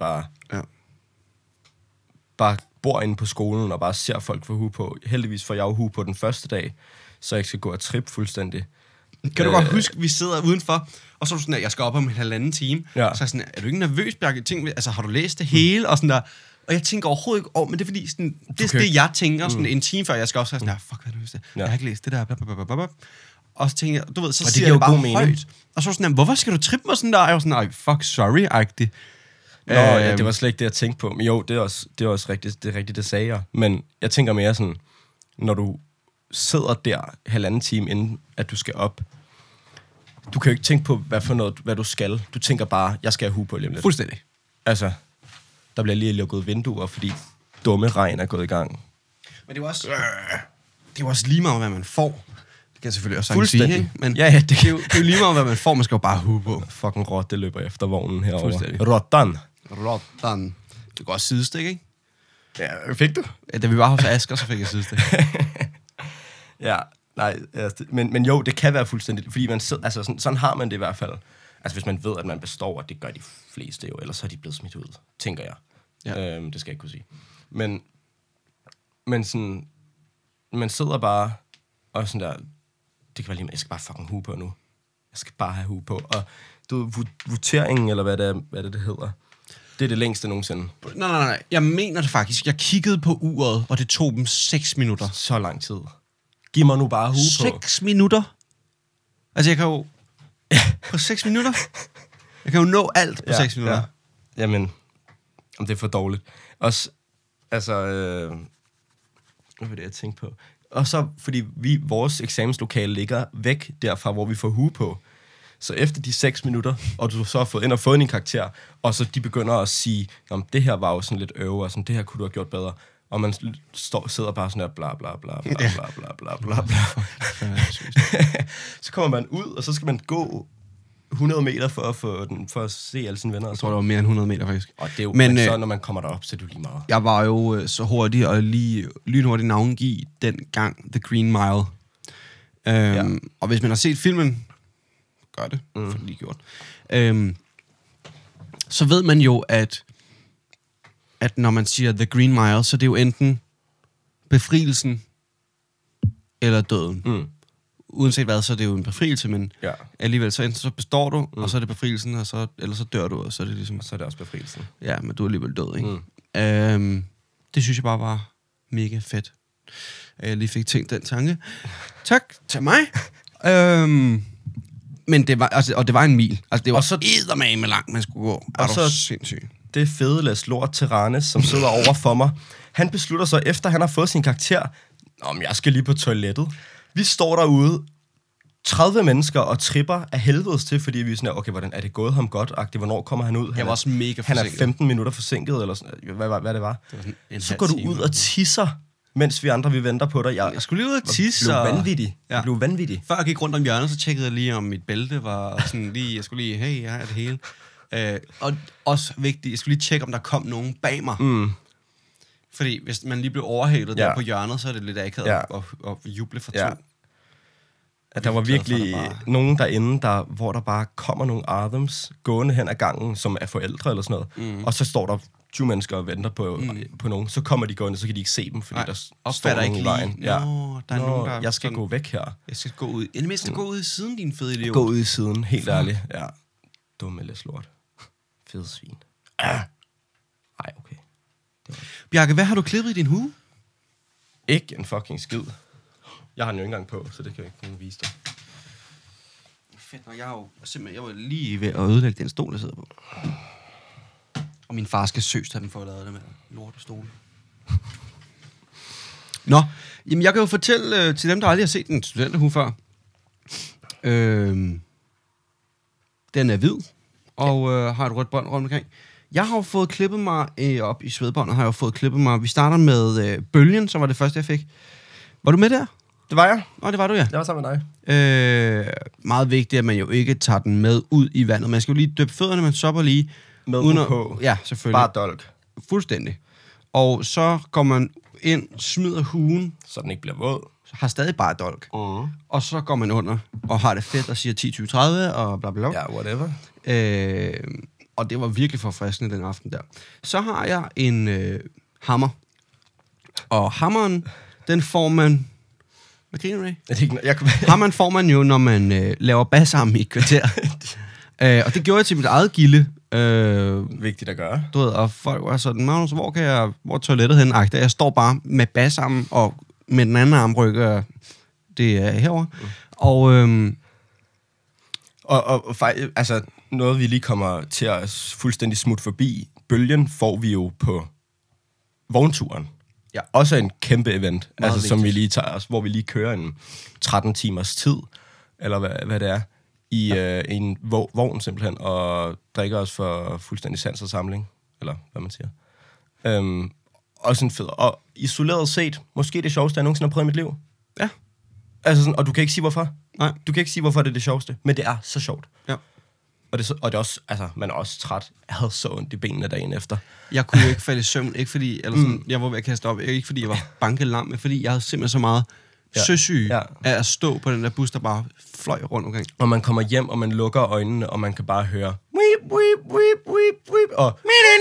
bare bor inde på skolen og bare ser folk få hue på. Heldigvis får jeg jo hue på den første dag, så jeg ikke skal gå og trip fuldstændig. Kan du godt huske, vi sidder udenfor, og så er du sådan, at jeg skal op om en 1,5 time. Ja. Så er sådan, er du ikke nervøs, Bjarke? Altså, har du læst det hele? Og sådan der. Og jeg tænker overhovedet ikke over, men det er fordi, sådan, det er det, jeg tænker, sådan en time før jeg skal op, så er sådan, fuck, hvad har du læst det? Jeg har ikke læst det der, blablabla. Og så tænker jeg, du ved, så siger jeg bare højt. Og så er sådan, hvorfor skal du trippe mig sådan der? Og jeg var sådan, fuck, sorry-agtig. Det var slet ikke det, jeg tænkte på. Men jo, det er også rigtigt, det er rigtigt, det sagde jeg. Men jeg tænker mere sådan, når du sidder der 1,5 time inden, at du skal op, du kan jo ikke tænke på, hvad du skal. Du tænker bare, jeg skal have hue på lige om lidt. Fuldstændig. Altså, der bliver lige lukket vinduer, fordi dumme regn er gået i gang. Men det er jo også lige meget, hvad man får. Det kan jeg selvfølgelig også sagtens sige, ikke? Men ja, det er jo lige meget, hvad man får. Man skal jo bare hue på. Fucking rot, det løber efter vognen herovre. Rotten. Du kan også sidestik, ikke? Ja, fik du? Ja, da vi var hos Asger, så fik jeg sidestik. Ja, nej. Men jo, det kan være fuldstændigt. Fordi man sidder, altså sådan har man det i hvert fald. Altså hvis man ved, at man består, og det gør de fleste jo, ellers så er de blevet smidt ud, tænker jeg. Ja. Det skal jeg ikke kunne sige. Men sådan, man sidder bare og sådan der, det kan være lige, jeg skal bare fucking hue på nu. Jeg skal bare have hue på. Og du voteringen, eller hvad det hedder, det er det længste nogensinde. Nej. Jeg mener det faktisk. Jeg kiggede på uret, og det tog dem 6 minutter. Så lang tid. Giv mig nu bare hue på. 6 minutter? Altså jeg kan jo... På 6 minutter? Jeg kan jo nå alt på 6 minutter. Ja. Jamen, det er for dårligt. Også, altså... hvad var det, jeg tænkte på? Og så, fordi vores eksamenslokale ligger væk derfra, hvor vi får hue på. Så efter de 6 minutter, og du så har fået ind og fået din karakter, og så de begynder at sige, det her var jo sådan lidt og sådan, det her kunne du have gjort bedre. Og man sidder bare sådan her, bla bla bla bla bla bla bla bla bla. Så kommer man ud, og så skal man gå 100 meter for at se alle sine venner. Jeg tror, det var mere end 100 meter, faktisk. Og det er jo, men så, når man kommer derop, så er det jo lige meget. Jeg var jo så hurtig og lynhurtigt navngive dengang The Green Mile. Og hvis man har set filmen, gør det, for det lige gjort. Så ved man jo, at når man siger The Green Mile, så det er jo enten befrielsen eller døden. Uanset hvad, så er det jo en befrielse, men alligevel så enten så består du, og så er det befrielsen, og så, eller så dør du, og så er det ligesom... Og så er det også befrielsen. Ja, men du er alligevel død, ikke? Det synes jeg bare var mega fedt. Jeg lige fik tænkt den tanke. Tak til mig. Men det var, altså, og det var en mil. Altså, det var så eddermame langt, man skulle gå. Og så sindssygt. Det fede Læs Lort Terranes, som sidder over for mig, han beslutter så, efter han har fået sin karakter, om jeg skal lige på toilettet. Vi står derude, 30 mennesker, og tripper af helvedes til, fordi vi er sådan, okay, hvordan er det gået ham godt-agtigt? Hvornår kommer han ud? Jeg var også mega forsinket. Han er 15 minutter forsinket, eller sådan, hvad det var. Det var så går du ud og tisser, mens vi andre, vi venter på dig. Jeg skulle lige ud og tisse. Jeg blev vanvittig. Før jeg gik rundt om hjørnet, så tjekkede jeg lige, om mit bælte var sådan lige, jeg skulle lige, hey, jeg har det hele. Og også vigtigt, jeg skulle lige tjekke, om der kom nogen bag mig. Fordi hvis man lige blev overhalet der på hjørnet, så er det lidt akavet at juble for to. at der var virkelig nogen derinde, hvor der bare kommer nogle Arthams gående hen ad gangen, som er forældre eller sådan noget. Og så står der 20 mennesker og venter på nogen. Så kommer de gående, så kan de ikke se dem, fordi der står nogen i vejen. Ja. Der er nogen, der jeg skal gå væk her. Jeg skal gå ud. Jeg skal gå ud i siden, din fede idiot. Gå ud i siden, helt ærligt. Ja. Dumme læslort. Fede svin. Ej, okay. Bjarke, hvad har du klippet i din hue? Ikke en fucking skid. Jeg har den jo ikke engang på, så det kan jeg ikke kunne vise dig. Fedt, og jeg var lige ved at ødelægge den stol, jeg sidder på. Og min far skal søst have den for at lave det med lortestol. Nå, jamen jeg kan jo fortælle til dem, der aldrig har set en studenterhue før. Den er hvid, og har et rødt bånd rundt omkring. Jeg har jo fået klippet mig op i svedbåndet, har jeg jo fået klippet mig. Vi starter med bølgen, som var det første, jeg fik. Var du med der? Det var jeg. Nå, det var du, ja. Det var sammen med dig. Meget vigtigt, at man jo ikke tager den med ud i vandet. Man skal jo lige døbe fødderne, man sopper lige. Med på. Ja, selvfølgelig. Bare dolk. Fuldstændig. Og så går man ind, smider huen. Så den ikke bliver våd. Har stadig bare dolk. Og så går man under og har det fedt og siger 10, 20, 30 og bla bla bla. Ja, whatever. Og det var virkelig forfriskende den aften der. Så har jeg en hammer. Og hammeren, den får man... Hvad griner du af? Hammeren får man jo, når man laver basarm i et kvarter. Og det gjorde jeg til mit eget gilde. Vigtigt at gøre. Du ved, og folk var sådan, Magnus, hvor er toilettet henne? Jeg står bare med basarmen, og med den anden arm rykker det er herovre. Og altså, noget vi lige kommer til at fuldstændig smutte forbi, bølgen får vi jo på vognturen. Ja. Også en kæmpe event, altså, som vi lige tager os, hvor vi lige kører en 13 timers tid, eller hvad det er, i en vogn simpelthen, og drikker os for fuldstændig sans og samling, eller hvad man siger. Også en fed. Og isoleret set, måske det sjoveste, jeg nogensinde har prøvet i mit liv. Ja. Altså sådan, og du kan ikke sige hvorfor. Nej. Du kan ikke sige, hvorfor det er det sjoveste, men det er så sjovt. Ja. Og det er også, altså, man er også træt. Jeg havde så ondt i benene dagen efter. Jeg kunne ikke falde i søvn, ikke fordi, eller sådan, jeg var ved at kaste op, ikke fordi jeg var banket lam, men fordi jeg havde simpelthen så meget søsyge af at stå på den der bus, der bare fløj rundt omkring. Og man kommer hjem, og man lukker øjnene, og man kan bare høre weep, weep, weep, weep, weep, og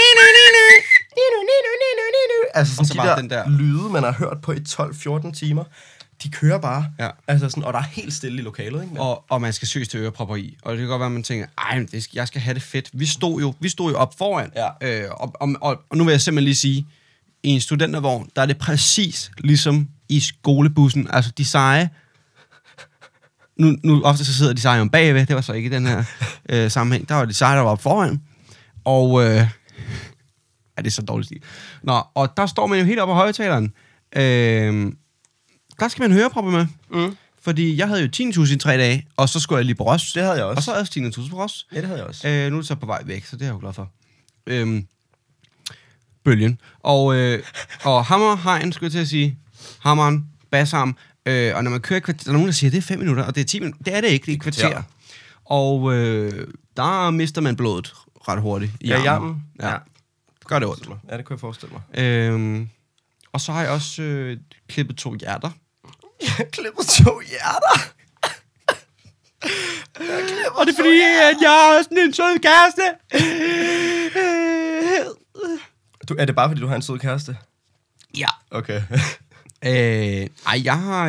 altså sådan den der lyde, man har hørt på i 12-14 timer, de kører bare. Ja. Altså sådan, og der er helt stille i lokalet, ikke? Og man skal søge til ørepropper i. Og det kan godt være, at man tænker, jeg skal have det fedt. Vi stod jo op foran. Ja. Og nu vil jeg simpelthen lige sige, i en studentervogn, der er det præcis ligesom i skolebussen. Altså de seje. Nu ofte så sidder de seje om bagved. Det var så ikke i den her sammenhæng. Der var de seje, der var op foran. Og det er så dårligt stil. Nå, og der står man jo helt op på højtaleren. Der skal man høre propper med. Fordi jeg havde jo tinnitus i 3 dage, og så skulle jeg lige på Ros. Det havde jeg også. Og så havde jeg tinnitus på Ros. Ja, det havde jeg også. Nu er det så på vej væk, så det er jeg jo glad for. Bølgen. Og hammer, hegn, skulle jeg til at sige. Hammeren, basarm. Og når man kører kvarter, der er nogen, der siger, det er 5 minutter, og det er 10 minutter. Det er det ikke, det er et kvarter. Ja. Og der mister man blodet ret hurtigt. I armen. Ja. Gør det ondt. Ja, det kunne jeg forestille mig. Og så har jeg også klippet 2 hjerter. Jeg klippet 2 hjerter? Og det er fordi, at jeg har sådan en sød kæreste. Er det bare fordi, du har en sød kæreste? Ja. Okay. Jeg har...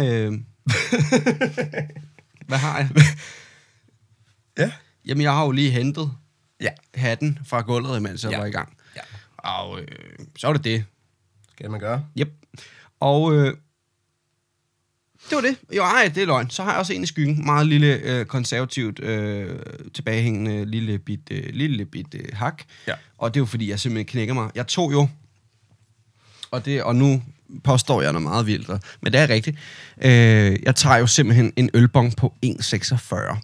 Hvad har jeg? Ja. Jamen, jeg har jo lige hentet hatten fra gulvet, mens jeg var i gang. Ja. Og så var det det. Skal man gøre? Yep. Og det var det. Jo, det er løgn. Så har jeg også en i skyggen. Meget lille, konservativt, tilbagehængende, lille bit hak. Ja. Og det er jo fordi, jeg simpelthen knækker mig. Jeg tog jo, og nu påstår jeg noget meget vildt, men det er rigtigt. Jeg tager jo simpelthen en ølbong på 1,46.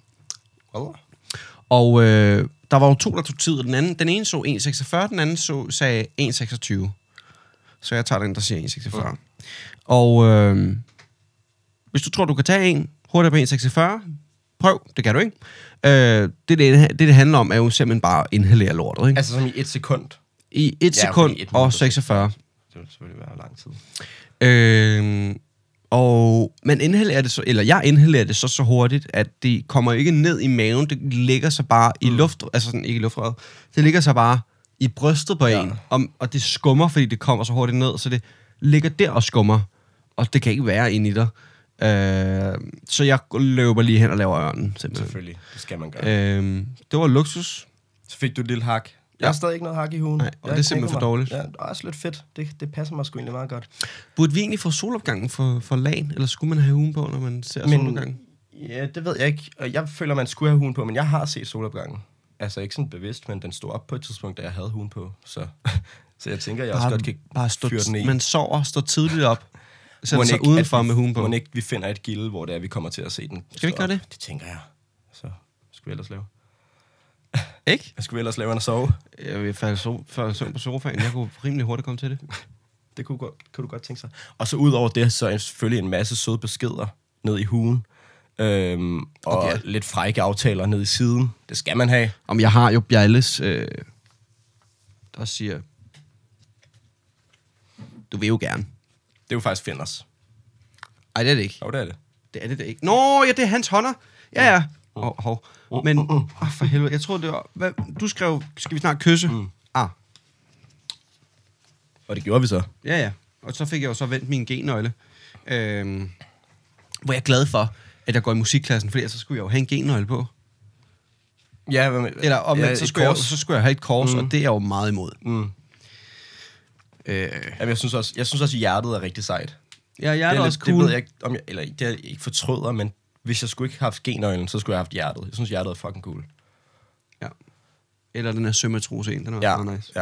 Og der var jo 2, der tog tid, og den ene så 1,46, den anden sagde 1,26. Så jeg tager den, der siger 1,46. Og hvis du tror, du kan tage en hurtigt på 1,46, prøv. Det kan du ikke. Det handler om, er jo simpelthen bare at inhalere lortet, ikke? Altså som i 1 sekund? I 1 sekund og 46. Det vil selvfølgelig være lang tid. Men inhalerer det så, eller jeg inhalerer det så hurtigt, at det kommer ikke ned i maven, det ligger så bare i luft, altså sådan, ikke i luftrøret, det ligger så bare i brystet på en, og det skummer, fordi det kommer så hurtigt ned, så det ligger der og skummer, og det kan ikke være inde i dig. Så jeg løber lige hen og laver ørnen, simpelthen. Selvfølgelig, det skal man gøre. Det var luksus. Så fik du et lille hak. Jeg har stadig ikke noget hak i huden. Nej, og det er simpelthen for dårligt. Ja, det er også lidt fedt. Det passer mig sgu egentlig meget godt. Burde vi egentlig få solopgangen for lagen, eller skulle man have huden på, når man ser solopgangen? Ja, det ved jeg ikke. Jeg føler, man skulle have huden på, men jeg har set solopgangen. Altså ikke sådan bevidst, men den stod op på et tidspunkt, da jeg havde huden på. Så jeg tænker, jeg også godt kan fyre den i. Man sover, står tidligt op, sætter sig udenfor med huden på. Må ikke vi finder et gilde, hvor det er, vi kommer til at se den. Skal vi ikke gøre det? Det tænker jeg. Så skal vi ellers lave. Ikke? Jeg skulle ellers lave en sove. Jeg vil falde søvn på sofaen. Jeg kunne rimelig hurtigt komme til det. Det kunne du godt tænke sig. Og så ud over det, så er selvfølgelig en masse søde beskeder ned i huen. Og lidt frække aftaler ned i siden. Det skal man have. Om jeg har jo Bjejles, der siger, du vil jo gerne. Det er jo faktisk Finders. Ej, det er det ikke. Jo, det er det. Det er det ikke. Nå, ja, det er hans hånder. Ja. Men, for helvede, jeg tror det var... Hvad, du skrev, skal vi snart kysse? Og det gjorde vi så. Ja. Og så fik jeg jo så vendt min G-nøgle. Hvor jeg er glad for, at jeg går i musikklassen, fordi så skulle jeg jo have en G-nøgle på. Ja, eller omvendt, så skulle jeg have et kors, og det er jeg jo meget imod. Jamen, jeg synes også, at hjertet er rigtig sejt. Ja, hjertet er også cool. Det ved jeg ikke, eller det er jeg ikke fortryder, men hvis jeg skulle ikke have haft G-nøglen, så skulle jeg have haft hjertet. Jeg synes, hjertet er fucking cool. Ja. Eller den her sømmetrose en, den er også meget nice.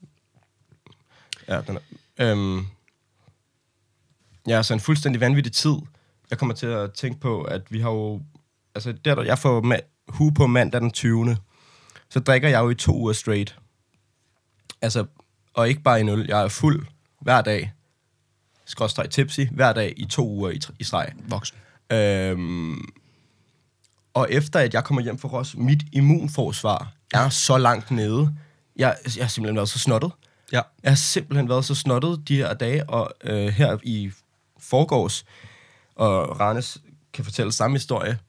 Ja, den er... så en fuldstændig vanvittig tid. Jeg kommer til at tænke på, at vi har jo... Altså, der jeg får hue på mandag den 20. Så drikker jeg jo i 2 uger straight. Altså, og ikke bare en øl. Jeg er fuld hver dag. Skråstreg tipsy. Hver dag i 2 uger i streg. Voksen. Og efter at jeg kommer hjem fra Ros, mit immunforsvar er så langt nede. Jeg har simpelthen været så snottet. Ja. Jeg har simpelthen været så snottet de her dage, og her i forgårs, og Rannes kan fortælle samme historie.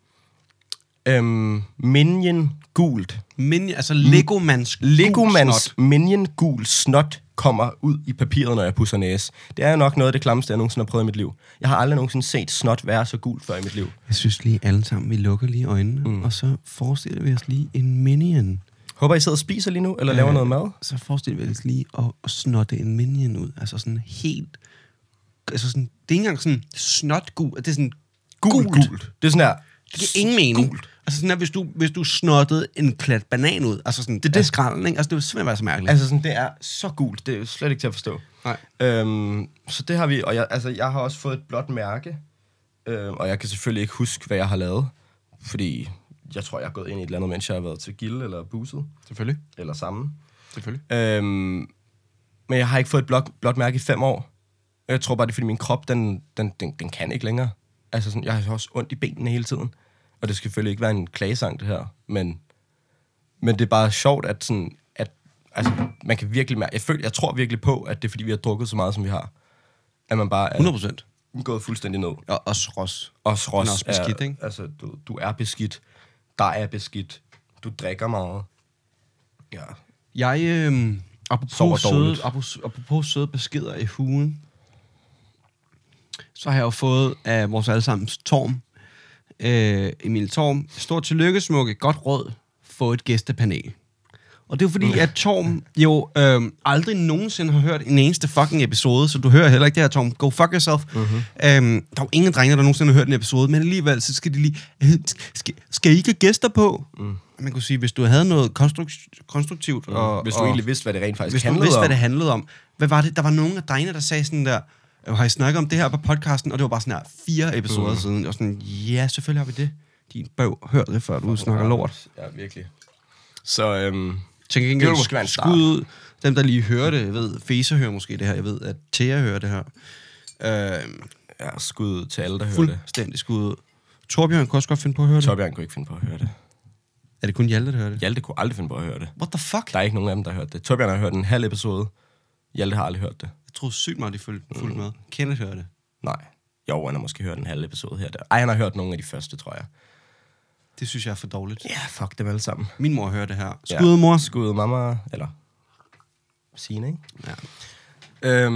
Minion gult. Altså Legomans Minion gul snot kommer ud i papiret, når jeg pusser næse. Det er nok noget af det klammeste, jeg nogensinde har prøvet i mit liv. Jeg har aldrig nogensinde set snot være så gult før i mit liv. Jeg synes lige alle sammen, vi lukker lige øjnene, og så forestiller vi os lige en Minion. Håber, I sidder og spiser lige nu, eller laver noget mad? Så forestiller vi os lige at snotte en Minion ud. Altså sådan helt... Altså sådan, det er ikke engang sådan snotgul. Det er sådan gult. Det er sådan her... Det giver ingen mening. Gult. Altså sådan her, hvis du snottede en klat banan ud. Altså sådan, det skralden, ikke? Altså det vil simpelthen være så mærkeligt. Altså sådan, det er så gult. Det er slet ikke til at forstå. Nej. Så det har vi... Og jeg har også fået et blåt mærke. Og jeg kan selvfølgelig ikke huske, hvad jeg har lavet. Fordi... Jeg tror, jeg har gået ind i et eller andet, mens jeg har været til Gilde eller Buset. Selvfølgelig. Eller sammen. Selvfølgelig. Men jeg har ikke fået et blåt mærke i 5 år. Jeg tror bare, det er, fordi min krop, den kan ikke længere. Altså sådan, jeg har også ondt i benene hele tiden. Og det skal selvfølgelig ikke være en klagesang, det her. Men det er bare sjovt, at sådan... Altså, man kan virkelig mærke... Jeg tror virkelig på, at det er, fordi vi har drukket så meget, som vi har. At man bare er... 100%. Gået fuldstændig ned. Og også ros. Også ros. Også beskidt, ikke? Altså, du er beskidt. Der er beskidt. Du drikker meget. Ja. Jeg, apropos søde beskeder i huen, så har jeg jo fået af vores allesammens Torm, Emil Torm, stort tillykke, smukke, godt råd, få et gæstepanel. Og det er jo fordi, at Torm jo aldrig nogensinde har hørt en eneste fucking episode, så du hører heller ikke det her, Torm. Go fuck yourself. Der er jo ingen drenge, der nogensinde har hørt en episode, men alligevel, så skal de lige... Skal I ikke have gæster på? Man kunne sige, hvis du havde noget konstruktivt... Og, hvis du egentlig vidste, hvad det rent faktisk handlede om. Hvis du vidste, hvad det handlede om. Hvad var det? Der var nogle af drengene, der sagde sådan der... Har I snakket om det her på podcasten? Og det var bare sådan her 4 episoder siden. Og sådan, ja, selvfølgelig har vi det. Din bøv, hør det, før du snakker lort. Ja, virkelig. Så... Tænk ikke, det måske være en skud. Dem, der lige hører det, jeg ved, Fese hører måske det her, jeg ved, at Thea hører det her. Ja, skud til alle, der hører det. Fuldstændig skud. Torbjørn kunne også godt finde på at høre det. Torbjørn kunne ikke finde på at høre det. Er det kun Hjalte, der hører det? Hjalte kunne aldrig finde på at høre det. What the fuck? Der er ikke nogen af dem, der har hørt det. Torbjørn har hørt en halv episode. Hjalte har aldrig hørt det. Jeg troede sygt meget, de fulgte med. Kenneth hører det. Nej. Jo, han har måske hørt en halv episode her. Ej, han har hørt nogle af de første, tror jeg. Det synes jeg er for dårligt. Ja, fuck dem alle sammen. Min mor hører det her. Skud mor. Skud mamma, eller Signe, ikke? Ja.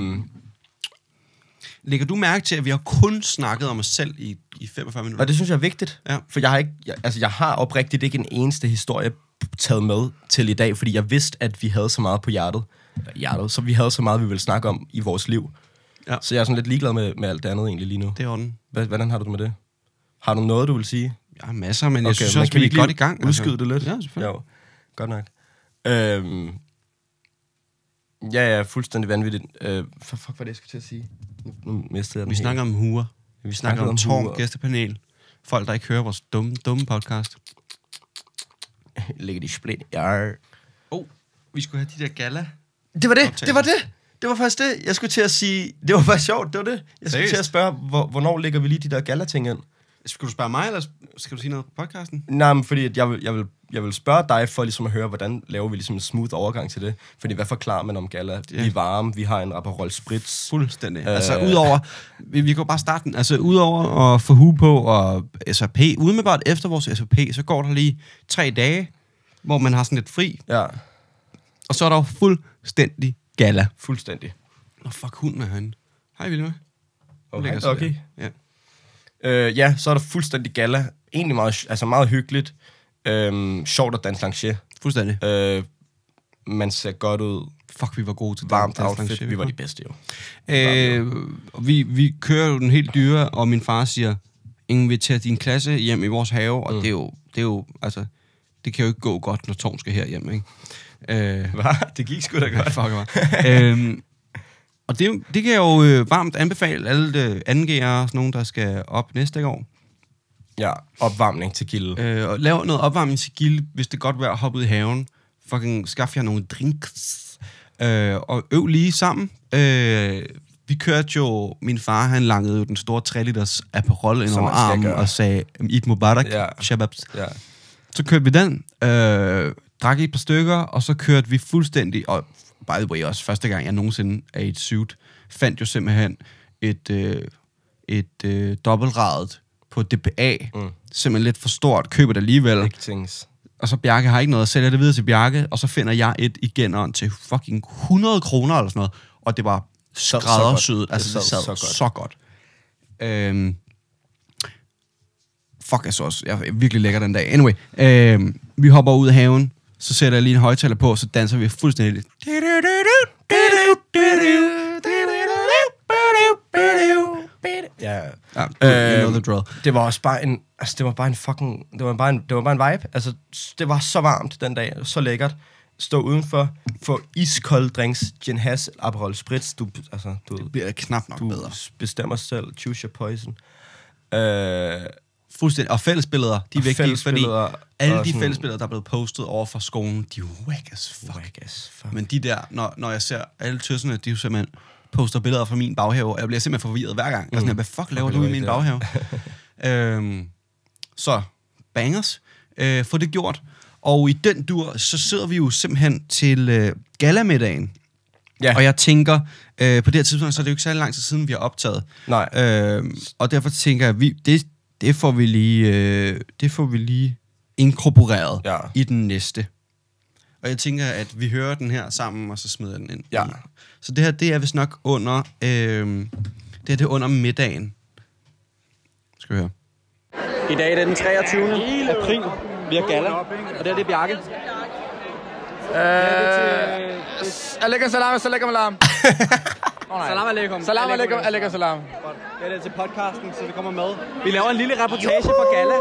Lægger du mærke til, at vi har kun snakket om os selv i 45 minutter? Og det synes jeg er vigtigt. Ja. For jeg har oprigtigt ikke en eneste historie taget med til i dag, fordi jeg vidste, at vi havde så meget på hjertet, så vi havde så meget, vi ville snakke om i vores liv. Ja. Så jeg er sådan lidt ligeglad med alt det andet egentlig lige nu. Det er orden. Hvordan har du det med det? Har du noget, du vil sige? Jeg har masser, men jeg synes også, vi er godt i gang. Udskyde det lidt? Ja, selvfølgelig. Jo, godt nok. Ja, fuldstændig vanvittigt. Fuck, hvad det jeg skulle til at sige? Nu mistede jeg den. Vi snakker om huer. Vi snakker om Torm, gæstepanel. Folk, der ikke hører vores dumme podcast. Ligger de split. Vi skulle have de der gala. Det var det. Det var faktisk det. Jeg skulle til at sige... Det var faktisk sjovt, det var det. Jeg skulle til at spørge, hvornår lægger vi lige de der gala-ting ind? Skal du spørge mig, eller skal du sige noget på podcasten? Nej, men fordi jeg vil spørge dig for ligesom at høre, hvordan laver vi ligesom en smooth overgang til det. Fordi hvad forklarer man om gala? Vi er varme, vi har en Aperol Spritz. Fuldstændig. Altså udover... Vi kan bare starte den. Altså udover at få hue på og SAP, umiddelbart efter vores SAP, så går der lige 3 dage, hvor man har sådan lidt fri. Ja. Og så er der jo fuldstændig gala. Fuldstændig. Fuck, hunden er herinde. Hej, Vilma. Okay. Ja. Så er der fuldstændig gala. Egentlig meget hyggeligt. Sjovt at danse lancier. Fuldstændig. Man ser godt ud. Fuck, vi var gode til varmt outfit. Vi var de bedste, jo. Vi kører jo den helt dyre, og min far siger, inviter din klasse hjem i vores have, og det er jo, altså, det kan jo ikke gå godt, når Torm skal herhjem, ikke? Hvad? Det gik sgu da godt. Fuck, og det kan jeg jo varmt anbefale alle ang'ere og sådan nogen, der skal op næste år. Ja, opvarmning til gilde. Og lav noget opvarmning til gilde, hvis det godt være at hoppe ud i haven. Fucking skaff jer nogle drinks. Og øv lige sammen. Vi kørte jo... Min far, han langede jo den store 3 liters Aperol ind over armen og sagde, Eid Mubarak, shababs. Ja. Så kørte vi den, drak et par stykker, og så kørte vi fuldstændig... Og by the way, også første gang, jeg nogensinde er i et suit, fandt jo simpelthen et dobbeltradet på DBA. Simpelthen lidt for stort, køber det alligevel. Og så Bjarke har ikke noget, sælger det videre til Bjarke, og så finder jeg et igen til fucking 100 kroner eller sådan noget. Og det var skræddersyet. Altså, det sad så godt. Fuck, jeg er virkelig lækker den dag. Anyway, vi hopper ud af haven, så sætter jeg lige en højtaler på, så danser vi fuldstændig. Ja. Det var også bare en, altså det var bare en vibe. Altså det var så varmt den dag, så lækkert. Stå udenfor, få iskold drinks, gin has, Aperol Spritz. Det bliver knap nok bedre. Du bestemmer selv, choose your poison. Fuldstændig. Og fællesbilleder, de er vigtige, fordi alle de fællesbilleder, der er blevet postet over fra skolen, de er whack as fuck. Men de der, når jeg ser alle tøsserne, de er jo simpelthen poster billeder fra min baghave, og jeg bliver simpelthen forvirret hver gang. Jeg er sådan, hvad fuck laver du i min baghave? Så, bangers. Få det gjort. Og i den dur, så sidder vi jo simpelthen til galamiddagen. Ja. Og jeg tænker, på det her tidspunkt, så er det jo ikke særlig lang tid siden, vi har optaget. Nej. Og derfor tænker jeg, det får vi lige inkorporeret i den næste. Og jeg tænker, at vi hører den her sammen, og så smider den ind. Ja. Så det her, det er vist nok under, det er under middagen. Skal vi høre. I dag er det den 23. april. Vi har gala, og det er Bjarke. Alaikum salam, salam alarm. Salam alaikum. Salam alaikum, alaikum salam. Det er til podcasten, så vi kommer med. Vi laver en lille reportage for gala.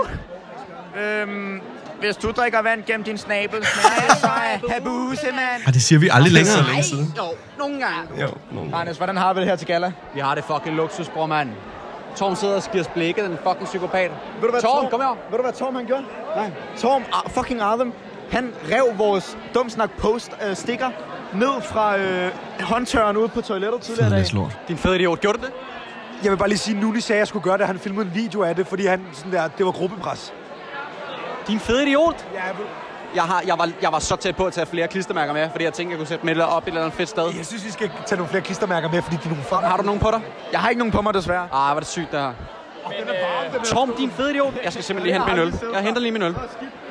Hvis du drikker vand gennem din snabel, smager jeg så habuse, mand. Og det siger vi aldrig længere. Nej, jo, nogle gange. Anders, hvordan har vi det her til gala? Vi har det fucking luksus, bror, mand. Torm sidder og skiver blikket, den fucking psykopat. Ved du hvad Torm, kom her. Ved du hvad Torm han gjorde? Nej. Torm fucking Artem, han rev vores dumsnak post sticker ned fra håndtørren ude på toilettet tidligere i dag. Din fede idiot, gjorde du det? Jeg vil bare lige sige, at Nuli sagde, at jeg skulle gøre det. Han filmede en video af det, fordi han sådan der, det var gruppepres. Din fede idiot? Ja, Jeg var så tæt på at tage flere klistermærker med, fordi jeg tænkte, jeg kunne sætte med op et eller andet fedt sted. Jeg synes, vi skal tage nogle flere klistermærker med, fordi de er nogle farver. Har du nogen på dig? Jeg har ikke nogen på mig, desværre. Var det sygt, det her. Torm, din fede idiot. Jeg skal simpelthen lige hente min øl. Jeg henter lige min øl.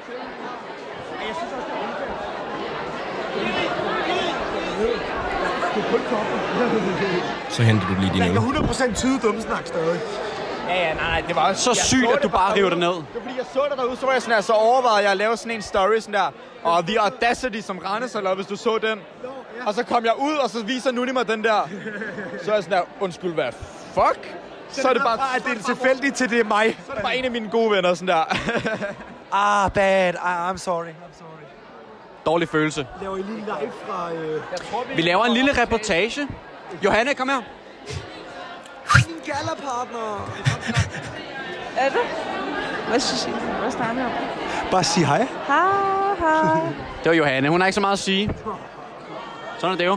Så henter du lige din øl. Jeg kan 100% tyde dummesnak stadig. Ja, nej, det var også... Så sygt, at du bare river det ned. Det var fordi, jeg så dig derude, så var jeg sådan her, så overvejede jeg at lave sådan en story sådan der. Og The Audacity, som Rane så lavede, hvis du så den. Og så kom jeg ud, og så viser Nuni mig den der. Så er jeg sådan der, undskyld, hvad fuck? Så er det bare, at det er tilfældigt til det er mig. Så er det bare en af mine gode venner, sådan der. Bad. I'm sorry. Dårlig følelse. Laver I lige live fra... Vi laver en lille reportage. Johanne, kom her. Din gallerpartner. Er det? Hvad synes I? Hvad snakker om? Bare sig hej. Hej. Det var Johanne. Hun har ikke så meget at sige. Sådan er det jo.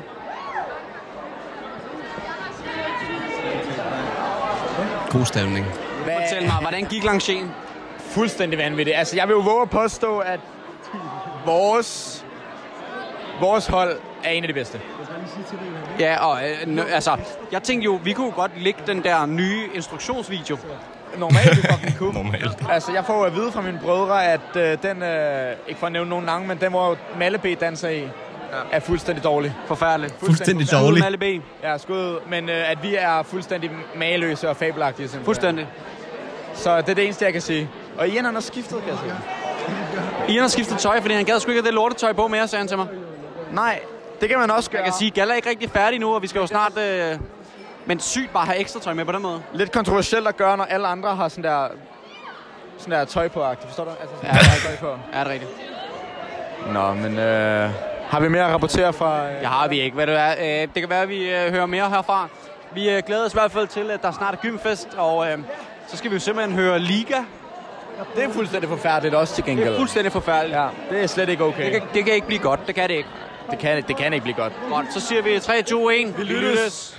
God stemning. Fortæl mig, hvordan gik lanceringen? Fuldstændig vanvittigt. Altså, jeg vil jo våge at påstå, at vores hold er en af de bedste. Ja, og altså, jeg tænkte jo, vi kunne godt lægge den der nye instruktionsvideo. Normalt vi fucking kunne. Normalt. Altså, jeg får jo at vide fra mine brødre, at den, ikke for at nævne nogen navn, men den, hvor Malle B danser i, er fuldstændig dårlig. Forfærdelig. Fuldstændig dårlig. Malle B. Ja, skud. Men at vi er fuldstændig maløse og fabelagtige. Simpelthen. Fuldstændig. Så det er det eneste, jeg kan sige. Og Ian, han har skiftet, kan jeg sige. Ian har skiftet tøj, fordi han gad sgu ikke have det lortetøj på mere, sagde han til mig. Nej, det kan man også gøre. Jeg kan sige, at Galla er ikke rigtig færdig nu, og vi skal jo snart... Men sygt bare have ekstra tøj med på den måde. Lidt kontroversielt at gøre, når alle andre har sådan der tøj på-agtigt. Forstår du? Altså, sådan der tøj på. Ja, det er rigtigt. Nå, men har vi mere at rapportere fra... Det har vi ikke. Hvad det er. Det kan være, at vi hører mere herfra. Vi glæder os i hvert fald til, at der snart er gymfest, og så skal vi jo simpelthen høre Liga. Det er fuldstændig forfærdeligt også til gengæld. Det er fuldstændig forfærdeligt. Ja, det er slet ikke okay. Det kan ikke blive godt. Det kan det ikke. Det kan ikke blive godt. Godt, så siger vi 3, 2, 1. Vi lyttes.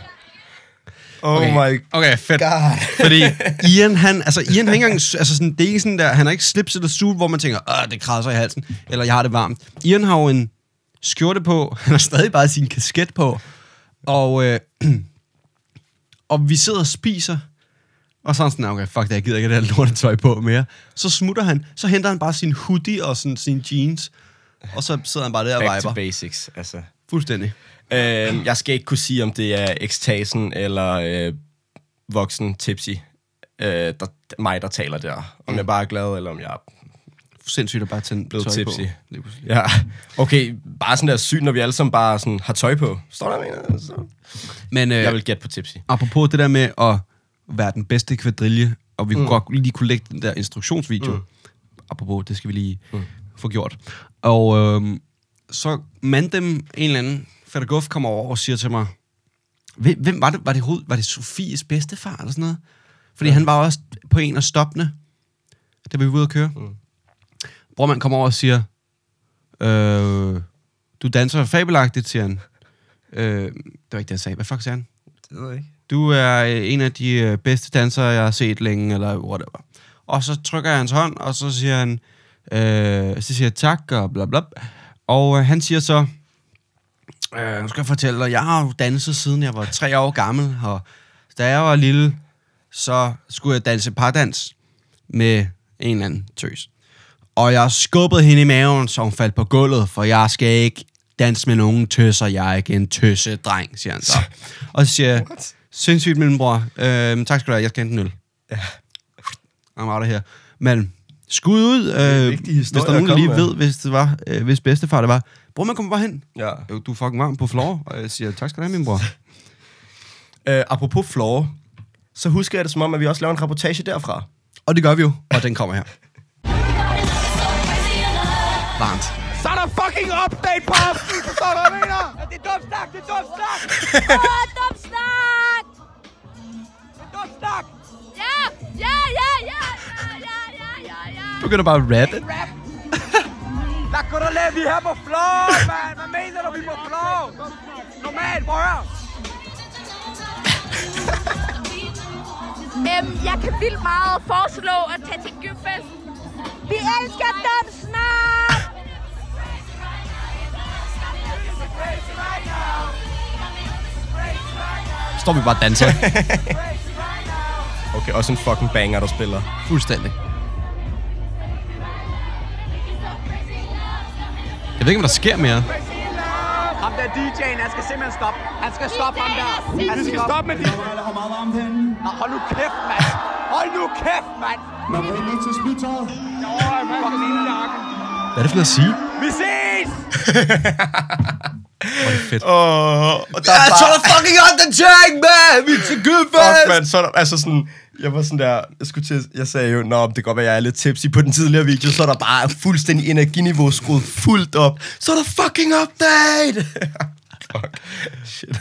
Okay, fedt. God. Fordi Ian, han ikke engang, altså sådan, det er ikke sådan der, han har ikke slips eller suit, hvor man tænker, det kradser i halsen, eller jeg har det varmt. Ian har jo en skjorte på, han har stadig bare sin kasket på, og vi sidder og spiser, og så er han sådan, okay, fuck det, jeg gider ikke det her lortetøj på mere. Så smutter han, så henter han bare sin hoodie og sådan, sin jeans, og så sidder han bare der og viber. Back to basics, altså. Fuldstændig. Jeg skal ikke kunne sige, om det er ekstasen eller voksen tipsy, mig, der taler der. Om jeg bare er glad, eller om jeg er sindssygt at bare tænde blevet tøj tipsy. på. Ja, okay, bare sådan der sygt, når vi alle sammen bare sådan har tøj på. Står der mener? Så. Men jeg vil gætte på tipsy. Apropos det der med at være den bedste kvadrille, og vi godt lige kunne lægge den der instruktionsvideo. Apropos, det skal vi lige få gjort. Og så Mandem, en eller anden Fedderguff, kommer over og siger til mig, hvem var det? Var det Sofies bedstefar eller sådan noget? Fordi han var også på en af stoppene, da vi var ude at køre. Brormand kommer over og siger, du danser fabelagtigt, siger han. Det var ikke det, jeg sagde. Hvad fuck sagde han? Det ved jeg ikke. Du er en af de bedste dansere, jeg har set længe, eller whatever. Og så trykker jeg hans hånd, og så siger han, tak, og bla bla. Og han siger så, nu skal jeg fortælle dig, jeg har jo danset siden jeg var 3 år gammel, og da jeg var lille, så skulle jeg danse pardans med en eller anden tøs. Og jeg skubbede hende i maven, så hun faldt på gulvet, for jeg skal ikke danse med nogen tøser, jeg er ikke en tøsedreng, siger han så. Og så siger jeg, sindssygt, min bror, tak skal du have, jeg skal hente en øl. Ja. I'm out of here. Men skud ud, hvis der er nogen, der lige ved, hvis bedstefar det var. Bror, man kommer bare hen. Ja. Du er fucking varm på floor, og jeg siger, tak skal du have, min bror. Apropos floor, så husker jeg det som om, at vi også laver en reportage derfra. Og det gør vi jo, og den kommer her. Varmt. Så er der fucking update på aften, forstår du, hvad jeg mener? Det er dumt snak, det er dumt snak! Dumt snak! Det er dumt snak! Ja! Begynder bare at rappe. Lad gå der lade, vi er her på floor, mand! Hvad mener du, vi er på floor? Normalt, prøv at høre! Jeg kan vildt meget foreslå at tage til gymfest. Vi elsker dumt snak! Står vi bare og danser. Okay, også en fucking banger, der spiller. Fuldstændig. Jeg ved ikke, om der sker mere. Ham der DJ'en, han skal simpelthen stoppe. Han skal stoppe ham der. Han skal stoppe med det. Nå, hold nu kæft, mand. Hold nu kæft, mand. Nå, hvad er nødt til at smide tøjet? Hvad er det for noget at sige? Vi ses! Hvor er det fedt. That's all fucking on the tank, man! Vi er til Gyldfest! Fuck, man, så der, altså sådan... Jeg var sådan der... Jeg sagde jo, det kan godt være, jeg er lidt tipsy på den tidligere video, så er der bare fuldstændig energiniveau skruet fuldt op. Så er der fucking update! Fuck. Shit.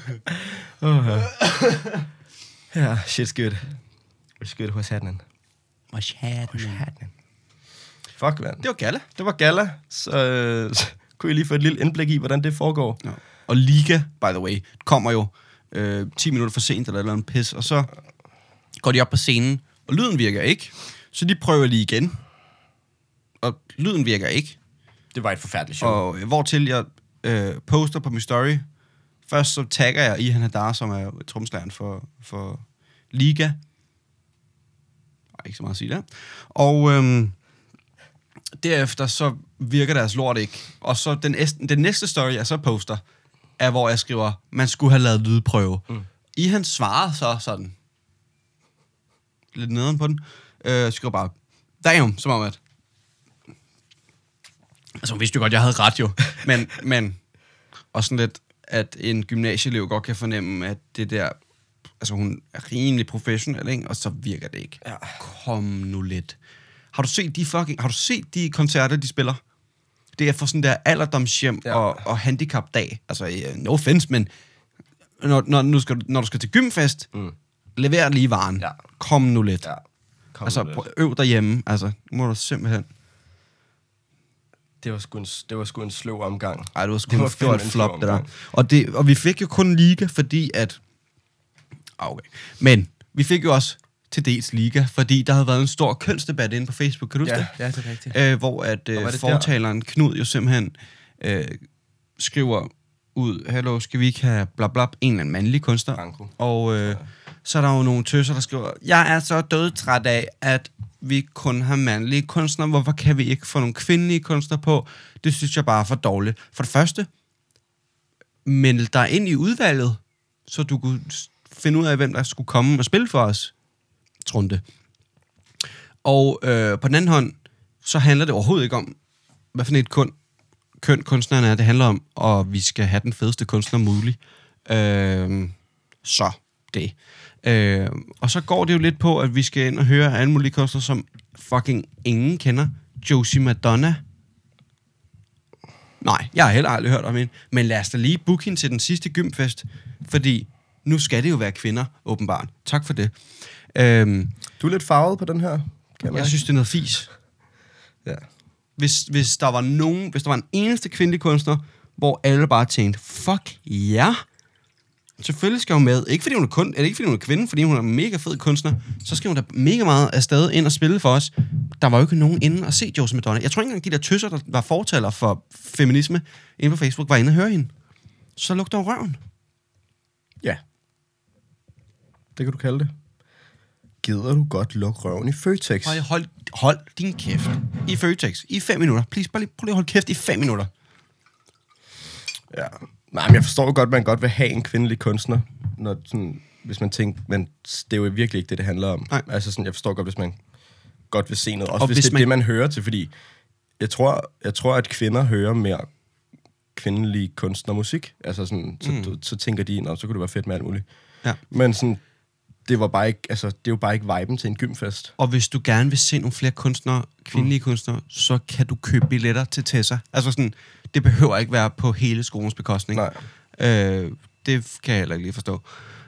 Ja, shit's good. What's good, what's happening? What's happening? Fuck, man. Det var galla. Det var galla, så kunne I lige få et lille indblik i, hvordan det foregår. Ja. Og Liga, by the way, kommer jo 10 minutter for sent, eller en pis, og så går de op på scenen, og lyden virker ikke. Så de prøver lige igen, og lyden virker ikke. Det var et forfærdeligt show. Og hvortil jeg poster på min story. Først så tagger jeg Ihan Hadar, som er trommeslageren for Liga. Ikke så meget at sige der. Og derefter så virker deres lort ikke. Og så den næste story, jeg så poster, er, hvor jeg skriver, man skulle have lavet lydprøve. Ihan svarer så sådan, lidt nederen på den, skriver bare, damn, som om at, altså hun vidste jo godt, jeg havde ret jo, men og sådan lidt, at en gymnasieelev godt kan fornemme, at det der, altså hun er rimelig professionel, ikke? Og så virker det ikke. Ja. Kom nu lidt. Har du set de koncerter, de spiller? Det er for sådan der alderdomshjem og handicapdag. Altså, no offense, men når du skal til gymfest, lever lige varen. Ja. Kom nu lidt. Ja. Øv derhjemme. Altså, må du simpelthen... Det var sgu en sløv omgang. Ej, det var et flop, det der. Og vi fik jo kun Liga, fordi at... Okay. Men vi fik jo også til dels Liga, fordi der havde været en stor kønsdebat inde på Facebook, kan du huske det? Ja, det er rigtigt. Hvor at fortaleren Knud jo simpelthen skriver ud, hallo, skal vi ikke have blablabla, en eller anden mandlig kunstner? Franco. Og så er der jo nogle tøser, der skriver, jeg er så dødtræt af, at vi kun har mandlige kunstnere, hvorfor kan vi ikke få nogle kvindelige kunstnere på? Det synes jeg bare er for dårligt. For det første, meld dig ind i udvalget, så du kunne finde ud af, hvem der skulle komme og spille for os. Trunde. Og på den anden hånd, så handler det overhovedet ikke om, hvad for et køn kunstneren er. Det handler om, at vi skal have den fedeste kunstner mulig. Så det. Og så går det jo lidt på, at vi skal ind og høre alle mulige kunstnere, som fucking ingen kender. Josie Madonna. Nej, jeg har heller aldrig hørt om hende. Men lad os da lige booke hende til den sidste gymfest, fordi nu skal det jo være kvinder, åbenbart. Tak for det. Du er lidt farvet på den her. Jeg synes, det er noget fis. Ja. Hvis der var en eneste kvindelig kunstner, hvor alle bare tænkte, fuck ja, selvfølgelig skal hun med. Ikke fordi hun er kvinde, fordi hun er en mega fed kunstner, så skal hun da mega meget afsted ind og spille for os. Der var jo ikke nogen inde at se Josie Madonna. Jeg tror ikke engang, de der tøsser, der var fortaler for feminisme inde på Facebook, var inde og høre hende. Så lugter hun røven. Ja. Det kan du kalde det. Gider du godt lukke røven i Føtex? Hold din kæft. I Føtex. I 5 minutter. Please, bare lige prøv lige at holde kæft i 5 minutter. Ja. Nej, men jeg forstår jo godt, at man godt vil have en kvindelig kunstner, når sådan, hvis man tænker, men det er jo virkelig ikke det handler om. Nej. Altså sådan, jeg forstår godt, hvis man godt vil se noget. Også hvis det er det, man hører til, fordi jeg tror, at kvinder hører mere kvindelig kunstnermusik. Altså sådan, så tænker de, så kunne det være fedt med alt muligt. Ja. Men sådan, det er jo bare ikke viben til en gymfest. Og hvis du gerne vil se nogle flere kunstnere, kvindelige kunstnere, så kan du købe billetter til Tessa. Altså sådan, det behøver ikke være på hele skolens bekostning. Nej. Det kan jeg heller ikke lige forstå.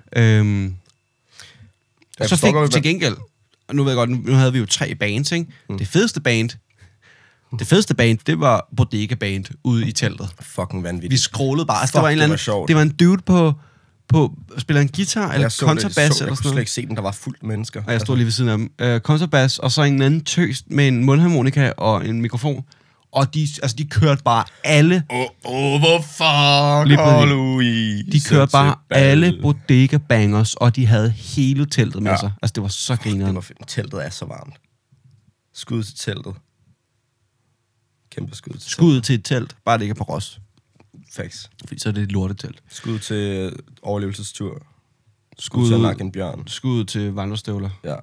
Så fik til gengæld, og nu ved jeg godt, nu havde vi jo 3 bands, ikke? Det fedeste band, det var Bodega Band ude i teltet. Fucking vanvittigt. Vi scrollede bare. Altså, det var en dude på spiller en guitar eller kontrabas eller sådan noget. Jeg kunne slet ikke se dem, der var fuldt mennesker. Og jeg stod lige ved siden af dem. Kontrabas, og så en anden tøs med en mundharmonika og en mikrofon. Og de kørte bare alle... Hvorfor, Louis? De kørte bare alle bodega bangers, og de havde hele teltet med sig. Altså, det var så grineren. Det var fedt. Teltet er så varmt. Skud til teltet. Kæmpe skud til teltet. Skud til et telt, bare det ikke er på Ros. Facts. Fordi så er det et lortetelt. Skud til overlevelsestur. Skud til at nakke en bjørn. Skud til vandrestøvler. Ja.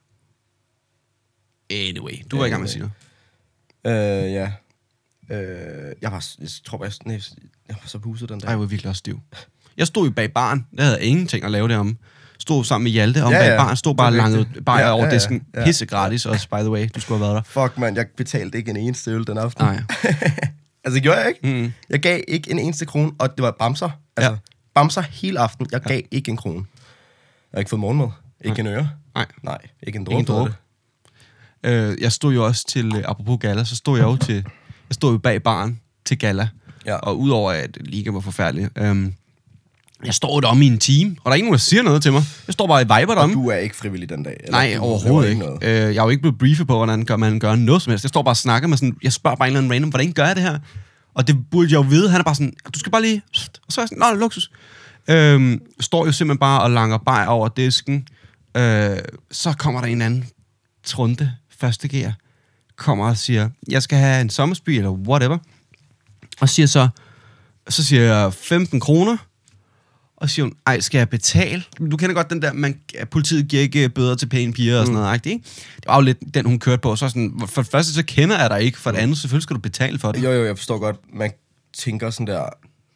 Anyway, du var i gang med at sige noget. Ja. Jeg var så buset den dag. Ej, jeg var virkelig også stiv. Jeg stod jo bag baren. Der havde jeg ingenting at lave derom. Stod sammen med Hjalte om bag baren. Stod bare langet bajer over disken. Pisse gratis også, by the way. Du skulle have været der. Fuck, man. Jeg betalte ikke en eneste øl den aften. Nej. Altså, det gjorde jeg ikke. Jeg gav ikke en eneste krone, og det var bamser. Altså, bamser hele aften. Jeg gav ikke en krone. Jeg har ikke fået morgenmad. Ikke en øre. Nej, ikke en dråbe. Jeg stod jo også til, apropos gala, så stod jeg jo til, jeg stod jo bag baren til gala. Ja. Og udover at liga var forfærdelig, jeg står derom i en time, og der er ingen, der siger noget til mig. Jeg står bare i viber derom. Og du er ikke frivillig den dag? Eller? Nej, overhovedet ikke. Jeg er jo ikke blevet briefet på, hvordan man gør noget som helst. Jeg står bare og snakker med sådan, jeg spørger bare en eller anden random, hvordan gør jeg det her? Og det burde jeg jo vide. Han er bare sådan, du skal bare lige... Og så er jeg sådan, nå, det er luksus. Står jo simpelthen bare og langer bajer over disken. Så kommer der en anden trunde, første gear, kommer og siger, jeg skal have en sommersby, eller whatever. Og siger så siger jeg 15 kroner. Og siger hun, ej, skal jeg betale? Du kender godt den der, politiet giver ikke bøder til pæne piger og sådan noget, ikke? Det var jo lidt den, hun kørte på. Så sådan, for det første, så kender jeg dig ikke. For det andet, selvfølgelig skal du betale for det. Jo, jeg forstår godt. Man tænker sådan der...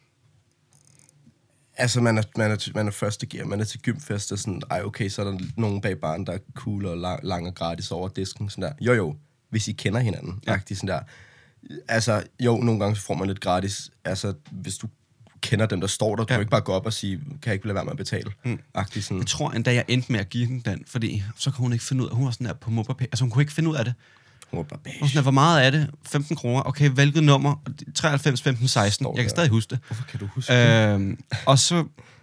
Altså, man er første gear, man er til gymfest, og sådan, ej, okay, så er der nogen bag baren, der er cool og langer gratis over disken, sådan der. Jo, hvis I kender hinanden, sådan der. Altså, nogle gange så får man lidt gratis. Altså, hvis du kender dem, der står der, du kan ikke bare gå op og sige, kan jeg ikke lade være med at betale? Sådan. Jeg tror endda, jeg endte med at give hende den, fordi så kunne hun ikke finde ud af, hun var sådan der på MobilePay, altså hun kunne ikke finde ud af det. Hun var bare sådan der, hvor meget er det? 15 kroner. Okay, hvilket nummer? 93, 15, 16. Jeg kan stadig huske det. Hvorfor kan du huske det? Og så...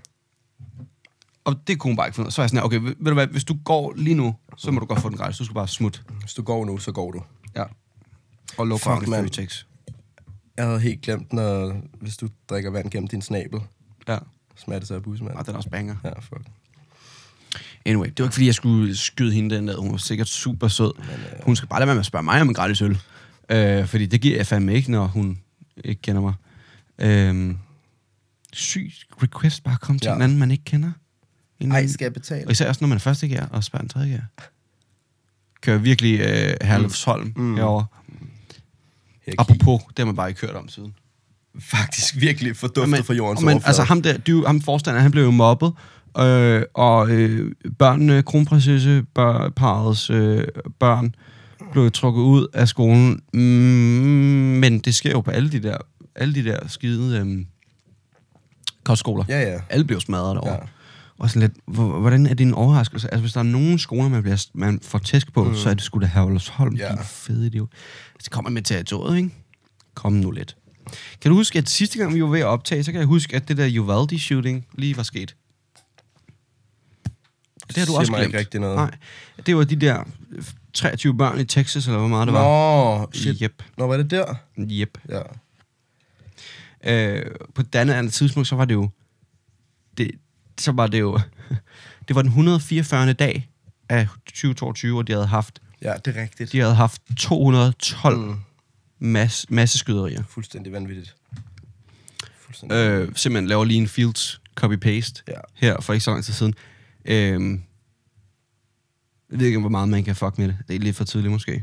Og det kunne hun bare ikke finde ud af. Så er jeg sådan her, okay, ved du hvad, hvis du går lige nu, så må du godt få den gratis. Du skal bare smutte. Hvis du går nu, så går du. Ja. Og low quality free takes. Jeg havde helt glemt, hvis du drikker vand gennem din snabel. Ja. Smager det så af busmand. Og den er også banger. Ja, fuck. Anyway, det var ikke fordi, jeg skulle skyde hende den der. Hun var sikkert super sød. Hun skal bare lade være med at spørge mig om en gratis øl. Fordi det giver jeg fandme ikke, når hun ikke kender mig. Syg request, bare komme til en anden, man ikke kender. Ej, skal jeg betale? Og især også, når man er første gear og spørger en tredje gear. Kører virkelig Herlufsholm herovre. Apropos, det har man bare ikke hørt om siden. Faktisk virkelig forduftet fra jordens overflade. Altså ham forstander, han blev jo mobbet, og børnene, kronprinsesseparrets børn, blev trukket ud af skolen. Men det sker jo på alle de der skide kostskoler. Ja. Alle blev smadret derovre. Ja. Og sådan lidt, hvordan er det en overraskelse? Altså, hvis der er nogen skoler, man får tæsk på, så er det sgu da Herlufsholm, din fede idiot. Så kommer med territoriet, ikke? Kom nu lidt. Kan du huske, at sidste gang, vi var ved at optage, så kan jeg huske, at det der Uvalde-shooting lige var sket. Det har du også glemt. Ikke rigtig noget. Nej, det var de der 23 børn i Texas, eller hvor meget det var. Nå, shit. Yep. Nå, var det der? Yep. Ja. På et andet tidspunkt, så var det jo... Det var den 144. dag af 2022, og de havde haft... Ja, det er rigtigt. De havde haft 212 masseskyderier. Fuldstændig vanvittigt. Simpelthen laver lige en Fields copy-paste her for ikke så lang tid siden. Jeg ved ikke, hvor meget man kan fuck med det. Det er lidt for tidligt måske.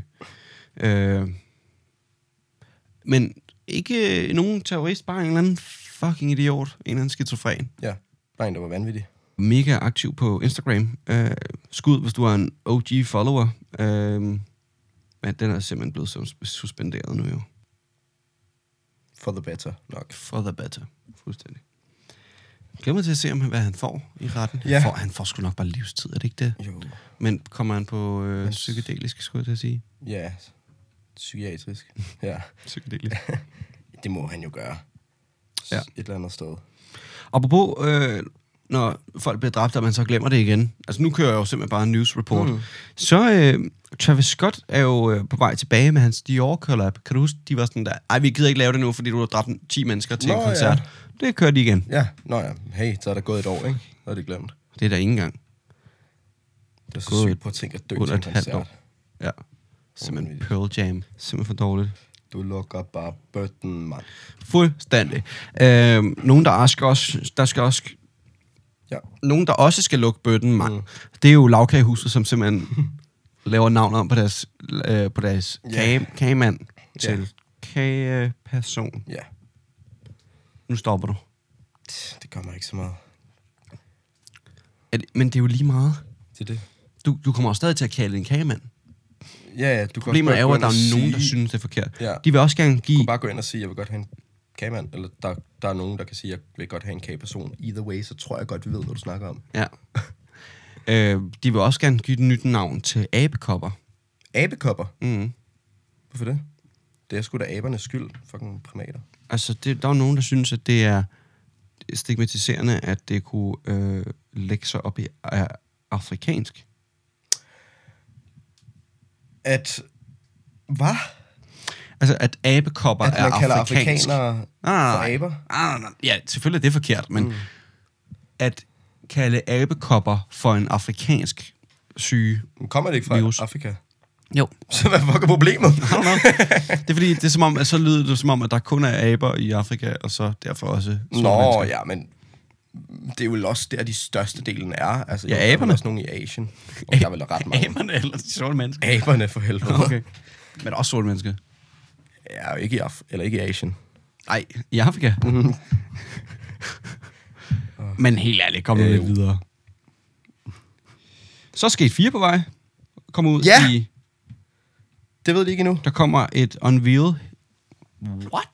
Men ikke nogen terrorist, bare en eller anden fucking idiot. En eller anden skizofren. Ja, bare en, der var vanvittig. Mega aktiv på Instagram. Skud, hvis du er en OG-follower. Men den er simpelthen blevet suspenderet nu jo. For the better, nok. For the better, fuldstændig. Glemmer til at se, hvad han får i retten. Ja. Han får sgu nok bare livstid, er det ikke det? Jo. Men kommer han på psykedelisk, skulle jeg til at sige? Ja, psykiatrisk. Ja. Psykedelisk. Det må han jo gøre. Ja. Et eller andet sted. Apropos når folk bliver dræbt, og man så glemmer det igen. Altså, nu kører jeg jo simpelthen bare en news report. Så Travis Scott er jo på vej tilbage med hans Dior collab. Kan du huske, de var sådan der, ej, vi gider ikke lave det nu, fordi du har dræbt 10 mennesker til en koncert. Ja. Det kører de igen. Ja, hey, så er der gået et år, ikke? Så er det glemt. Det er der ikke engang. Det er så sygt på at tænke at dø til en koncert. Ja. Simpelthen Pearl Jam. Simpelthen for dårligt. Du lukker bare bøtten, mand. Fuldstændig. Nogen, der skal også... Ja. Nogen, der også skal lukke bøtten, mand. Det er jo Lavkagehuset, som simpelthen laver navn om på deres kagemand til kageperson. Ja. Nu stopper du. Det gør mig ikke så meget. Men det er jo lige meget. Det er det. Du kommer også stadig til at kalde en kagemand. Ja, Problemet er jo, at der er nogen, der synes, det er forkert. Ja. De vil også gerne give... Du kan bare gå ind og sige, jeg vil godt have en kagemand, eller der er nogen, der kan sige, jeg vil godt have en kageperson. Either way, så tror jeg godt, vi ved, hvad du snakker om. Ja. De vil også gerne give et nyt navn til abekopper. Abekopper? Mhm. Hvorfor det? Det er sgu da abernes skyld, fucking primater. Altså, der er nogen, der synes, at det er stigmatiserende, at det kunne lægge sig op i afrikansk. Hvad? Altså, at abekopper er afrikansk. At man kalder afrikanere for aber? Ja, selvfølgelig er det forkert, men at kalde abekopper for en afrikansk syge. Kommer det ikke fra virus. Afrika? Jo. Så hvad fuck er problemet? Det er fordi, det er som om, at så lyder det som om, at der kun er aber i Afrika, og så derfor også Nå, ja, men det er jo også der, de største delen er. Altså, ja, aberne. Der er også nogle i Asien. Og der er vel ret mange. Aberne eller de sorte mennesker? Aberne for helvede. Okay. Men også sorte mennesker? Ja, ikke i Asien. Nej, i Afrika. Men helt ærligt, kom nu lidt videre. Så er Skate 4 på vej. Kommer ud i... Det ved de ikke endnu. Der kommer et unveil. What?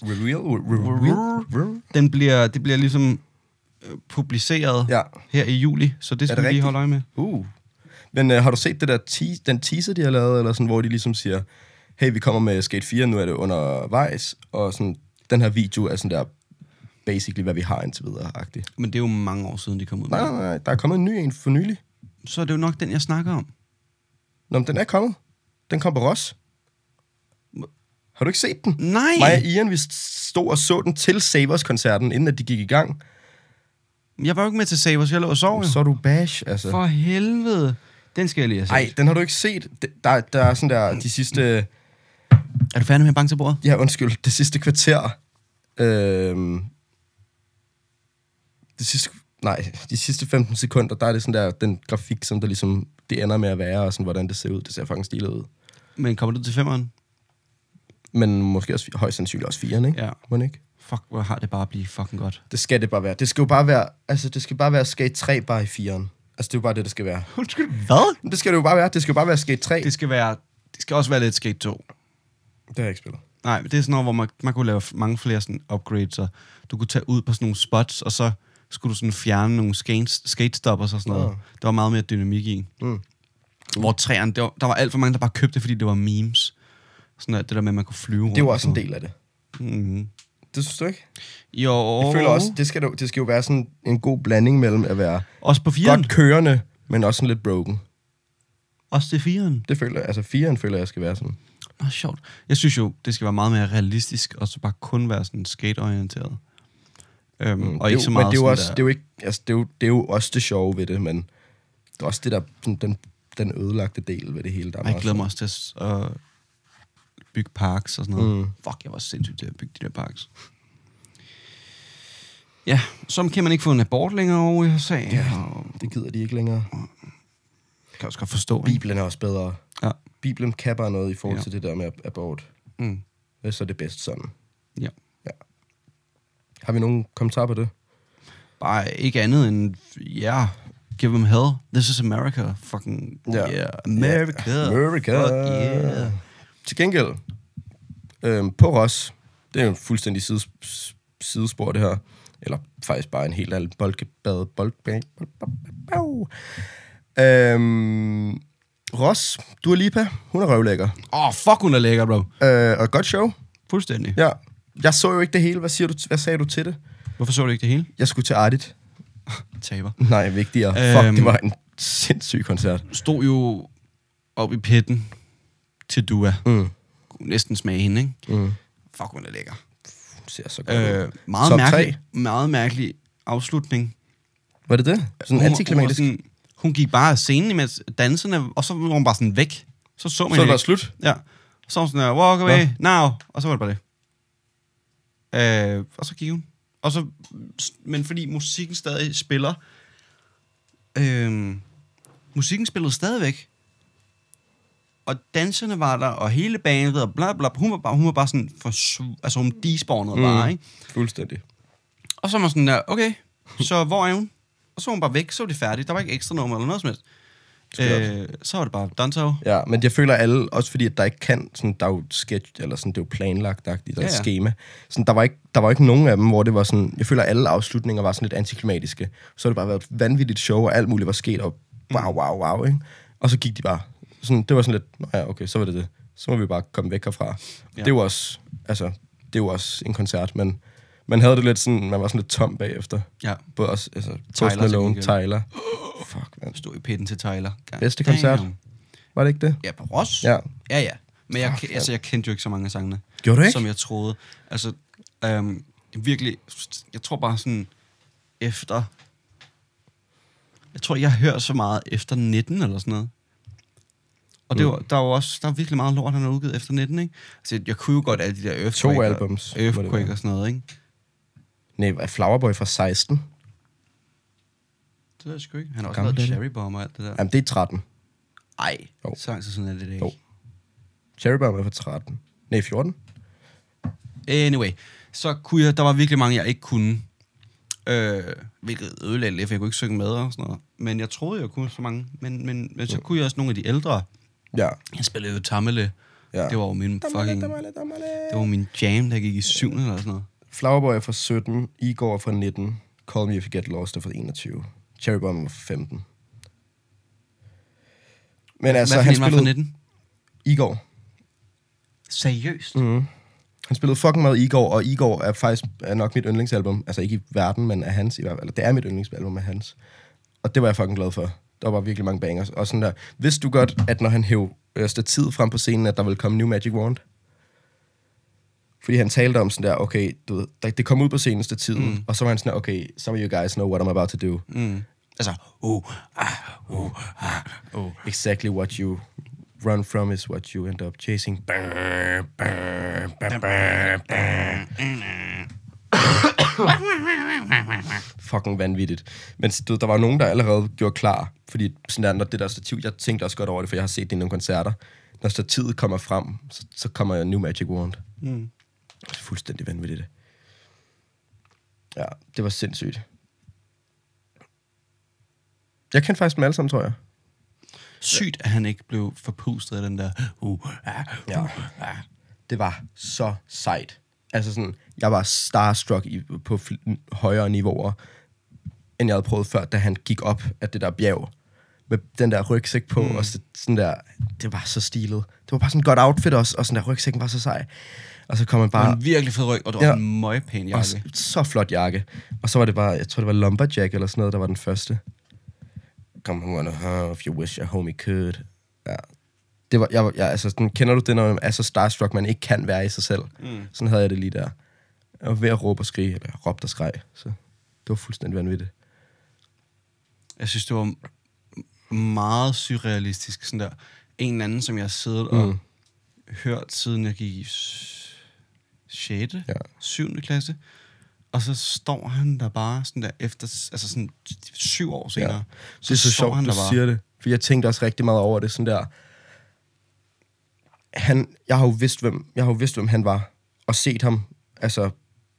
Reveal? Det bliver ligesom publiceret her i juli, så det skal vi lige holde øje med. Men har du set det der den teaser, de har lavet, eller sådan, hvor de ligesom siger, hey, vi kommer med Skate 4, nu er det undervejs, og sådan, den her video er sådan der, basically, hvad vi har indtil videre-agtigt. Men det er jo mange år siden, de kom ud med. Nej, der er kommet en ny en for nylig. Så er det jo nok den, jeg snakker om. Nå, men den er kommet. Den kom på Ross. Har du ikke set den? Nej. Mig og Ian, vi stod og så den til Savers-koncerten, inden at de gik i gang. Jeg var jo ikke med til Savers, jeg lå og sov. Så er du bash, altså. For helvede. Den skal jeg lige have set. Nej, den har du ikke set. Der er sådan der, de sidste... Er du færdig med at banke til bordet? Ja, undskyld. Det sidste kvarter. De sidste 15 sekunder, der er det sådan der, den grafik, som der ligesom, det ender med at være, og sådan, hvordan det ser ud. Det ser fucking stilet ud. Men kommer du til 5'eren? Men måske også, højst sandsynligt også 4'eren, ikke? Ja. Må ikke? Fuck, hvor har det bare blive fucking godt. Det skal det bare være. Det skal jo bare være, altså det skal bare være Skate 3 bare i 4'eren. Altså det er jo bare det skal være. Undskyld, hvad? Det skal det jo bare være. Det skal jo bare være Skate 3. Det skal også være lidt Skate 2. Det har jeg ikke spillet. Nej, det er sådan noget, hvor man kunne lave mange flere sådan upgrades, og du kunne tage ud på sådan nogle spots, og så skulle du sådan fjerne nogle skate-stoppers og sådan noget. Der var meget mere dynamik i. Hvor træerne, der var alt for mange, der bare købte, fordi det var memes. Sådan at det der med, at man kunne flyve rundt. Det var også en del af det. Mm-hmm. Det synes du ikke? Jo. Jeg føler også, det skal jo være sådan en god blanding mellem at være også på 4'eren. Godt kørende, men også sådan lidt broken. Også til 4'eren? Det føler jeg. Altså 4'eren føler jeg skal være sådan. Sjovt. Jeg synes jo, det skal være meget mere realistisk, og så bare kun være sådan skateorienteret. Og ikke så meget men det er jo også, der... det er jo ikke, altså det er jo også det sjove ved det, men det er også det der, sådan, den ødelagte del ved det hele. Der jeg glæder mig også til at bygge parks og sådan noget. Fuck, jeg var sindssygt til at bygge de der parks. Ja, så kan man ikke få en abort længere over i USA. Ja, det gider de ikke længere. Kan også godt forstå. Bibelen er også bedre. Ja. Bibelen kan bare noget i forhold til det der med abort. Mm. Så er det bedst sådan. Ja. Har vi nogen kommentarer på det? Bare ikke andet end, give them hell. This is America. Fucking, America. America. Fuck yeah. Til gengæld, på Ross, det er jo en fuldstændig sidespor, det her. Eller faktisk bare en helt anden boldbad. Ross, Dua Lipa, hun er røvlækker. Fuck, hun er lækker, bro. Og et godt show. Fuldstændig. Ja. Jeg så jo ikke det hele. Hvad sagde du til det? Hvorfor så du ikke det hele? Jeg skulle til Ardit. taber. Nej, vigtigere. Fuck, det var en sindssyg koncert. Stod jo op i pitten til Dua. Næsten smage hende, ikke? Fuck, hun er lækker. Ser så godt meget mærkelig afslutning. Var det det? Sådan antiklimatisk? Hun gik bare af scenen imens danserne, og så var hun bare sådan væk. Så man så var det bare slut? Ja. Så var hun sådan der, walk away, now. Og så var det bare det. Og så gik hun. Og så, men fordi musikken stadig spiller, musikken spillede stadigvæk. Og danserne var der, og hele bandet, og bla bla. Hun var bare sådan, altså hun despawnede bare, ikke? Fuldstændig. Og så var man sådan der, okay, så hvor er hun? Og så var hun bare væk, så var det færdigt. Der var ikke ekstra nummer eller noget som helst. Så var det bare done. Ja, men jeg føler alle, også fordi at der ikke kan, sådan, der er jo sketch, eller sådan, det er jo planlagt-agtigt, der er et schema. Sådan, der var ikke nogen af dem, hvor det var sådan, jeg føler alle afslutninger var sådan lidt antiklimatiske. Så har det bare været et vanvittigt show, og alt muligt var sket, og wow, ikke? Og så gik de bare. Sådan, det var sådan lidt, ja, okay, så var det. Så må vi bare komme væk herfra. Ja. Det var også, altså, det var også en koncert, men man havde det lidt sådan, man var sådan lidt tom bagefter. Ja. Både også, altså, Post Malone, Tyler. Fuck, man. Stod i pitten til Tyler. Bedste koncert? Var det ikke det? Ja, på Ross. Ja. Ja. Men jeg kendte jo ikke så mange af sangene. Gjorde du ikke? Som jeg troede. Altså, virkelig, jeg tror bare sådan, efter... Jeg tror, jeg hører så meget efter 19 eller sådan noget. Og det var, der var virkelig meget lort, han har udgivet efter 19, ikke? Altså, jeg kunne jo godt alle de der Earthquake. 2 albums. Earthquake og sådan noget, ikke? Nej, Flowerboy fra 16. Det ved jeg sgu ikke. Han har også lavet Cherry Bomb og alt det der. Jamen, det er 13. Ej, så lang tid siden er det ikke. Jo. Cherry Bomb er fra 13. Nej, 14. Anyway, så kunne jeg... Der var virkelig mange, jeg ikke kunne. Hvilket ødelagde lidt, for jeg kunne ikke synge med og sådan noget. Men jeg troede, jeg kunne så mange. Men så kunne jeg også nogle af de ældre. Ja. Jeg spillede jo Tamale. Ja. Det var jo min fucking... Det var min jam, der gik i 7. eller sådan noget. Flowerboy er fra 17. Igor er fra 19. Call Me If You Get Lost er fra 21. Cherry Bomb er fra 15. Men altså, hvad han spillede... fra 19? Igor. Seriøst? Mm-hmm. Han spillede fucking meget Igor, og Igor er faktisk nok mit yndlingsalbum. Altså ikke i verden, men af hans i hvert fald. Eller det er mit yndlingsalbum af hans. Og det var jeg fucking glad for. Der var bare virkelig mange bangers. Og sådan der. Vidste du godt, at når han hæv stativet frem på scenen, at der ville komme New Magic Wand? Fordi han talte om sådan der, okay, du ved, det kom ud på scenen stativet, og så var han sådan der, okay, some of you guys know what I'm about to do. Altså, Exactly what you run from is what you end up chasing. Fucking vanvittigt. Men du, der var nogen, der allerede gjorde klar, fordi sådan der, når det der stativ, jeg tænkte også godt over det, for jeg har set det i nogle koncerter. Når stativet kommer frem, så kommer New Magic Wand. Fuldstændig vanvittigt. Ja, det var sindssygt. Jeg kendte faktisk dem alle sammen, tror jeg. Sygt, at han ikke blev forpustet af den der... Ja. Det var så sejt. Altså sådan, jeg var starstruck på højere niveauer, end jeg havde prøvet før, da han gik op af det der bjerg. Med den der rygsæk på, og sådan der... Det var så stilet. Det var bare sådan et godt outfit også, og sådan der rygsækken var så sej. Og så kom man bare... en virkelig fed ryg, og det var en møgpæn jakke. Og så flot jakke. Og så var det bare, jeg tror det var Lumberjack eller sådan noget, der var den første. Come on, if you wish your homie could. Ja. Det var, jeg altså, den, kender du det, når man er så starstruck, man ikke kan være i sig selv? Sådan havde jeg det lige der. Jeg var ved at råbe og skrige, eller råbte og skreg. Så det var fuldstændig vanvittigt. Jeg synes, det var meget surrealistisk. Sådan der. En eller anden, som jeg har siddet og hørt, siden jeg gik i 6. 7. klasse. Og så står han der bare sådan der efter, altså sådan 7 år senere. Ja. Det er så sjovt, du siger det. For jeg tænkte også rigtig meget over det, sådan der. Jeg har jo vidst, hvem han var, og set ham, altså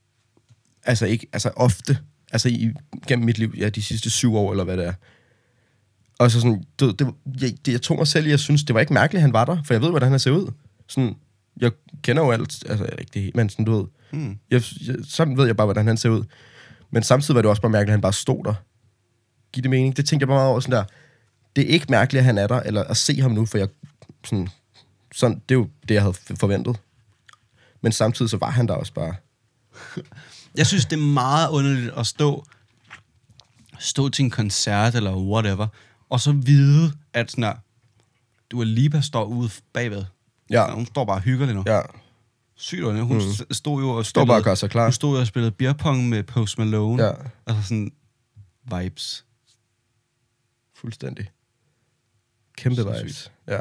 ofte, gennem mit liv, de sidste 7 år, eller hvad det er. Og så sådan, jeg tog mig selv i, jeg synes, det var ikke mærkeligt, han var der, for jeg ved, hvordan han ser ud. Sådan, jeg kender jo alt, altså ikke det helt, men sådan, du ved, sådan ved jeg bare, hvordan han ser ud. Men samtidig var det også bare mærkeligt, at han bare stod der. Giv det mening? Det tænkte jeg bare meget over, sådan der. Det er ikke mærkeligt, at han er der, eller at se ham nu, for jeg, sådan, det er jo det, jeg havde forventet. Men samtidig så var han der også bare. Jeg synes, det er meget underligt at stå stå til en koncert eller whatever, og så vide, at sådan her, Dua Lipa står ude bagved. Ja. Hun står bare og hygger lidt nu. Ja. Sygt, hun stod jo og står bare og gør sig klar. Hun stod jo og spillede beer pong med Post Malone. Ja. Altså sådan vibes. Fuldstændig. Kæmpe vibes. Sygt. Ja.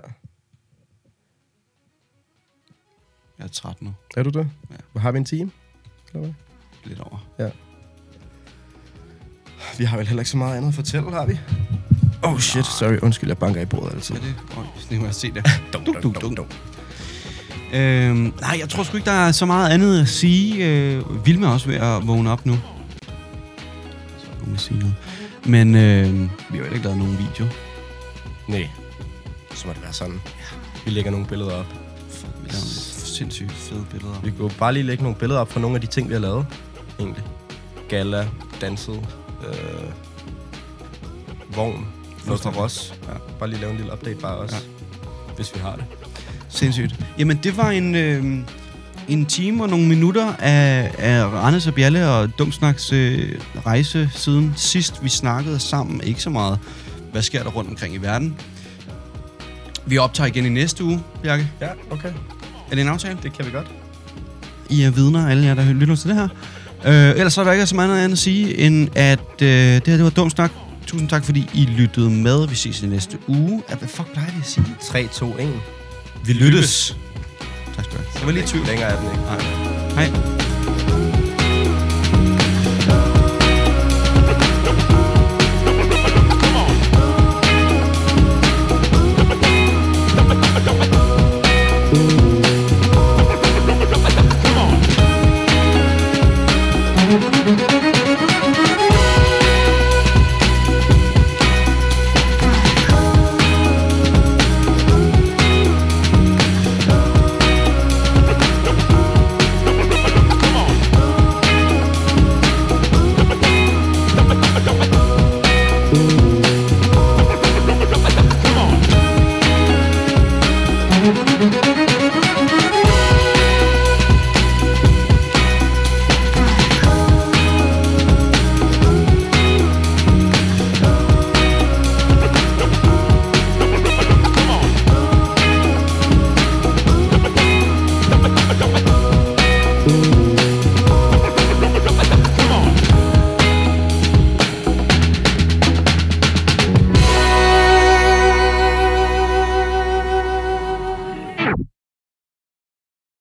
Jeg er træt nu. Er du det? Ja. Har vi en time? Eller hvad? Lidt over. Ja. Vi har vel heller ikke så meget andet at fortælle, har vi? Oh shit, sorry. Undskyld, jeg banker i bordet altid. Er det? Sådan må jeg se det. Nej, jeg tror sgu ikke, der er så meget andet at sige. Vilma er også ved at vågne op nu. Så må sige noget. Men vi har jo ikke lavet nogen video. Nej. Så må det være sådan. Ja. Vi lægger nogle billeder op. Vi laver sindssygt fede billeder op. Vi kunne bare lige lægge nogle billeder op fra nogle af de ting, vi har lavet. Egentlig. Gala, danset, vogn, noget fra Ross. Ja. Bare lige lave en lille update bare også, hvis vi har det. Sindssygt. Jamen, det var en time og nogle minutter af Randers og Bjalle og Dumsnaks rejse siden sidst vi snakkede sammen. Ikke så meget, hvad sker der rundt omkring i verden. Vi optager igen i næste uge, Bjarke. Ja, okay. Er det en aftale? Det kan vi godt. I er vidner, alle jer, der lytter til det her. Ellers så er der ikke så meget andet at sige, end at det her, det var Dumsnak. Tusind tak, fordi I lyttede med. Vi ses i næste uge. Hvad fuck plejer vi at sige? 3, 2, 1. Vi lyttes. Tak skal du have. Det var lige 20. Længere er den ikke. Nej. Hej.